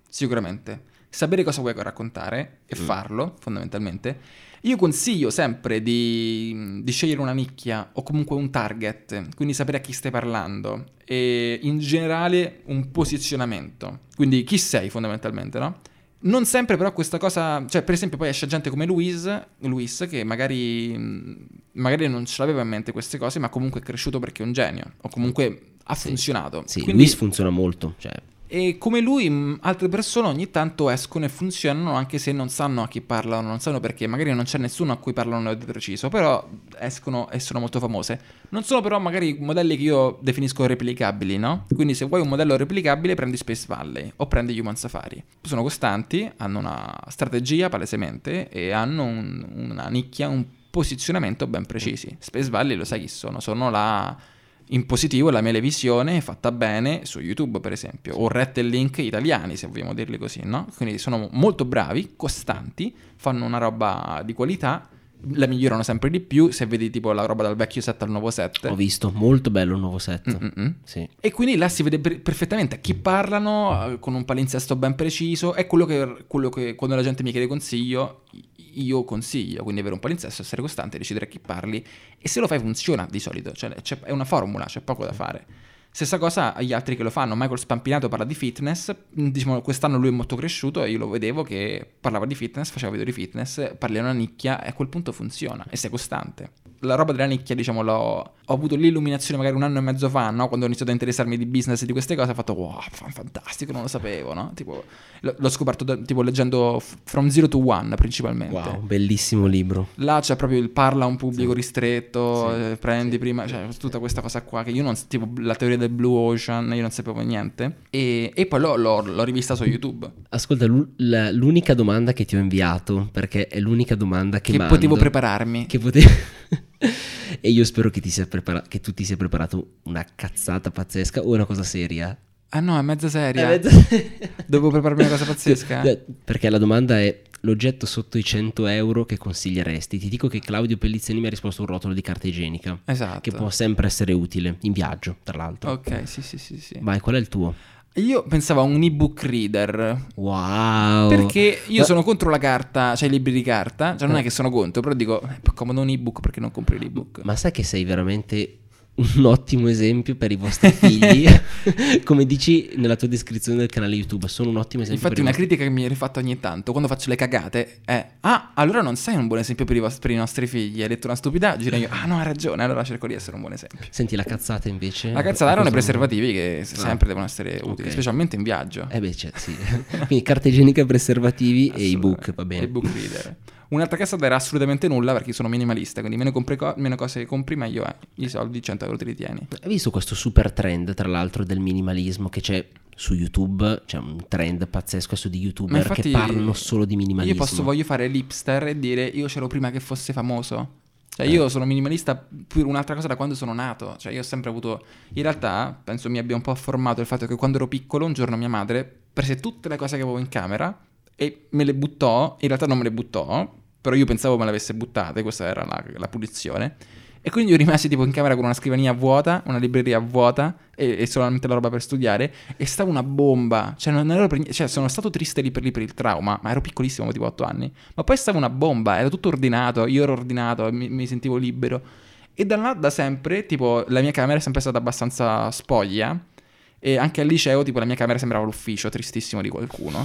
[SPEAKER 2] sicuramente. Sapere cosa vuoi raccontare e farlo, fondamentalmente. Io consiglio sempre di scegliere una nicchia o comunque un target, quindi sapere a chi stai parlando e in generale un posizionamento, quindi chi sei fondamentalmente, no? Non sempre però questa cosa, cioè per esempio poi esce gente come Luis che magari non ce l'aveva in mente queste cose, ma comunque è cresciuto perché è un genio, o comunque ha funzionato.
[SPEAKER 1] Sì,
[SPEAKER 2] Quindi,
[SPEAKER 1] Luis funziona molto, cioè...
[SPEAKER 2] E come lui, altre persone ogni tanto escono e funzionano anche se non sanno a chi parlano, non sanno perché, magari non c'è nessuno a cui parlano di preciso, però escono e sono molto famose. Non sono però magari modelli che io definisco replicabili, no? Quindi se vuoi un modello replicabile prendi Space Valley o prendi Human Safari. Sono costanti, hanno una strategia palesemente e hanno una nicchia, un posizionamento ben precisi. Space Valley lo sai chi sono? Sono in positivo la Melevisione fatta bene su YouTube, per esempio, o Rhett e Link italiani, se vogliamo dirli così, no? Quindi sono molto bravi, costanti, fanno una roba di qualità, la migliorano sempre di più. Se vedi tipo la roba dal vecchio set al nuovo set,
[SPEAKER 1] ho visto, molto bello il nuovo set. Sì.
[SPEAKER 2] E quindi là si vede perfettamente a chi parlano, con un palinsesto ben preciso. È quello che quando la gente mi chiede consiglio io consiglio, quindi avere un palinsesto, essere costante, decidere a chi parli, e se lo fai funziona di solito, cioè è una formula, c'è poco da fare. Stessa cosa agli altri che lo fanno. Michael Spampinato parla di fitness, diciamo quest'anno lui è molto cresciuto e io lo vedevo che parlava di fitness, faceva video di fitness, parli di una nicchia e a quel punto funziona e sei costante. La roba della nicchia, diciamo, ho avuto l'illuminazione magari 1 anno e mezzo fa, no? Quando ho iniziato a interessarmi di business e di queste cose, ho fatto wow, fantastico, non lo sapevo, no? Tipo, l'ho scoperto tipo leggendo From Zero to One principalmente.
[SPEAKER 1] Wow, bellissimo libro.
[SPEAKER 2] Là c'è proprio il parla a un pubblico ristretto, prendi prima, cioè tutta questa cosa qua che io non, tipo la teoria del Blue Ocean, io non sapevo niente, e poi l'ho rivista su YouTube.
[SPEAKER 1] Ascolta, l'unica domanda che ti ho inviato, perché è l'unica domanda che mando,
[SPEAKER 2] potevo prepararmi,
[SPEAKER 1] e io spero che che tu ti sia preparato una cazzata pazzesca o una cosa seria.
[SPEAKER 2] Ah no, è mezza seria. Dovevo prepararmi una cosa pazzesca.
[SPEAKER 1] Perché la domanda è: l'oggetto sotto i 100 euro che consiglieresti? Ti dico che Claudio Pellizzani mi ha risposto un rotolo di carta igienica.
[SPEAKER 2] Esatto.
[SPEAKER 1] Che può sempre essere utile, in viaggio, tra l'altro.
[SPEAKER 2] Ok, sì.
[SPEAKER 1] Vai, qual è il tuo?
[SPEAKER 2] Io pensavo a un ebook reader.
[SPEAKER 1] Wow.
[SPEAKER 2] Perché io sono contro la carta, cioè i libri di carta. Cioè non è che sono contro, però dico, è più comodo un ebook, perché non compri l'ebook?
[SPEAKER 1] Ma sai che sei veramente un ottimo esempio per i vostri figli. Come dici nella tua descrizione del canale YouTube, sono un ottimo esempio.
[SPEAKER 2] Infatti una critica che mi hai rifatto ogni tanto quando faccio le cagate è: ah, allora non sei un buon esempio per i nostri figli, hai detto una stupidaggine. Io, ah no, hai ragione, allora cerco di essere un buon esempio.
[SPEAKER 1] Senti, la cazzata invece?
[SPEAKER 2] La cazzata erano i preservativi che sempre devono essere utili, specialmente in viaggio.
[SPEAKER 1] Sì. Quindi carta igienica, preservativi e ebook, va bene.
[SPEAKER 2] Ebook reader. Un'altra cazzata era assolutamente nulla, perché sono minimalista, quindi meno cose che compri meglio è. I soldi 100 euro te li tieni.
[SPEAKER 1] Hai visto questo super trend, tra l'altro, del minimalismo che c'è su YouTube? C'è un trend pazzesco su di YouTuber che parlano solo di minimalismo.
[SPEAKER 2] Io voglio fare l'hipster e dire io c'ero prima che fosse famoso. Cioè io sono minimalista per un'altra cosa da quando sono nato. Cioè io ho sempre avuto, in realtà penso mi abbia un po' formato il fatto che quando ero piccolo un giorno mia madre prese tutte le cose che avevo in camera e me le buttò. In realtà non me le buttò, però io pensavo me le avesse buttate, questa era la punizione. E quindi io rimasi tipo in camera con una scrivania vuota, una libreria vuota e solamente la roba per studiare, e stava una bomba. Cioè non ero cioè sono stato triste lì per il trauma, ma ero piccolissimo, tipo 8 anni. Ma poi stava una bomba, era tutto ordinato, io ero ordinato, mi sentivo libero. E da sempre, tipo, la mia camera è sempre stata abbastanza spoglia. E anche al liceo, tipo, la mia camera sembrava l'ufficio tristissimo di qualcuno.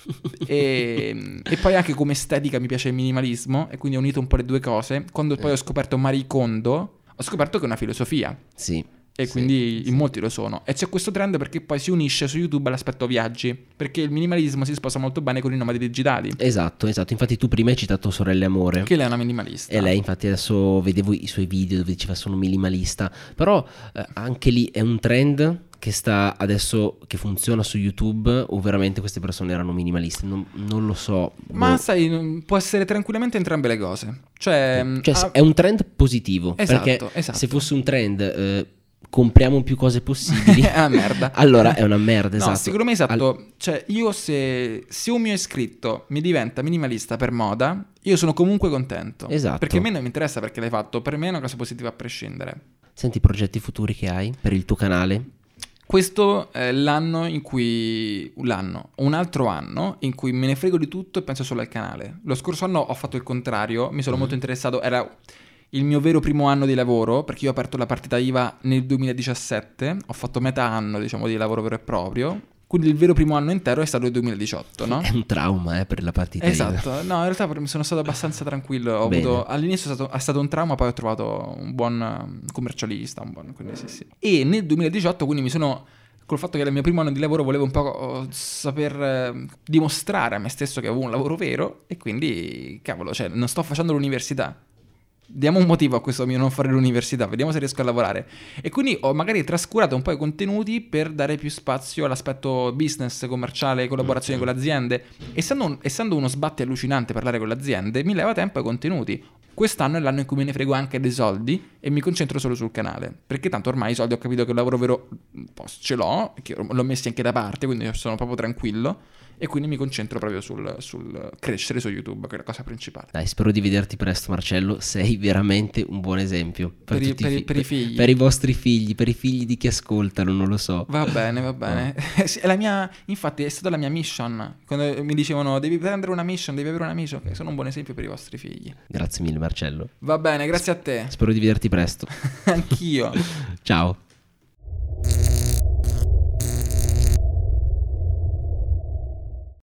[SPEAKER 2] e poi anche come estetica mi piace il minimalismo, e quindi ho unito un po' le due cose. Quando poi ho scoperto Marie Kondo, ho scoperto che è una filosofia.
[SPEAKER 1] Sì.
[SPEAKER 2] E quindi in molti lo sono. E c'è questo trend perché poi si unisce su YouTube all'aspetto viaggi, perché il minimalismo si sposa molto bene con i nomadi digitali.
[SPEAKER 1] Esatto. Infatti tu prima hai citato Sorelle Amore,
[SPEAKER 2] che lei è una minimalista.
[SPEAKER 1] E lei, infatti, adesso vedevo i suoi video dove diceva sono minimalista. Però anche lì è un trend che sta adesso, che funziona su YouTube, o veramente queste persone erano minimaliste? Non lo so.
[SPEAKER 2] Ma sai, può essere tranquillamente entrambe le cose. Cioè
[SPEAKER 1] è un trend positivo.
[SPEAKER 2] Esatto,
[SPEAKER 1] perché
[SPEAKER 2] esatto.
[SPEAKER 1] Se fosse un trend compriamo più cose possibili
[SPEAKER 2] è una merda.
[SPEAKER 1] Allora è una merda, esatto.
[SPEAKER 2] No, secondo me esatto. Cioè io se un mio iscritto mi diventa minimalista per moda, io sono comunque contento.
[SPEAKER 1] Esatto.
[SPEAKER 2] Perché a me non mi interessa perché l'hai fatto, per me è una cosa positiva a prescindere.
[SPEAKER 1] Senti, progetti futuri che hai per il tuo canale?
[SPEAKER 2] Questo è l'anno in cui... un altro anno in cui me ne frego di tutto e penso solo al canale. Lo scorso anno ho fatto il contrario, mi sono molto interessato, era il mio vero primo anno di lavoro, perché io ho aperto la partita IVA nel 2017, ho fatto metà anno, diciamo, di lavoro vero e proprio. Quindi il vero primo anno intero è stato il 2018, no?
[SPEAKER 1] È un trauma, per la partita.
[SPEAKER 2] Esatto, no, in realtà mi sono stato abbastanza tranquillo. All'inizio è stato un trauma, poi ho trovato un buon commercialista, quindi sì. E nel 2018, quindi mi sono, col fatto che era il mio primo anno di lavoro, volevo un po' saper dimostrare a me stesso che avevo un lavoro vero, e quindi, cavolo, cioè, non sto facendo l'università. Diamo un motivo a questo mio non fare l'università, vediamo se riesco a lavorare. E quindi ho magari trascurato un po' i contenuti per dare più spazio all'aspetto business, commerciale, collaborazione con le aziende. Essendo uno sbatti allucinante parlare con le aziende, mi leva tempo ai contenuti. Quest'anno è l'anno in cui me ne frego anche dei soldi e mi concentro solo sul canale, perché tanto ormai i soldi ho capito che il lavoro vero ce l'ho, che l'ho messi anche da parte, quindi sono proprio tranquillo. E quindi mi concentro proprio sul crescere su YouTube, che è la cosa principale.
[SPEAKER 1] Dai, spero di vederti presto, Marcello. Sei veramente un buon esempio per
[SPEAKER 2] i figli.
[SPEAKER 1] Per i vostri figli, per i figli di chi ascoltano, non lo so.
[SPEAKER 2] Va bene. Infatti è stata la mia mission. Quando mi dicevano devi prendere una mission, devi avere una mission, okay, sono un buon esempio per i vostri figli.
[SPEAKER 1] Grazie mille, Marcello.
[SPEAKER 2] Va bene, grazie a te.
[SPEAKER 1] Spero di vederti presto.
[SPEAKER 2] Anch'io.
[SPEAKER 1] Ciao.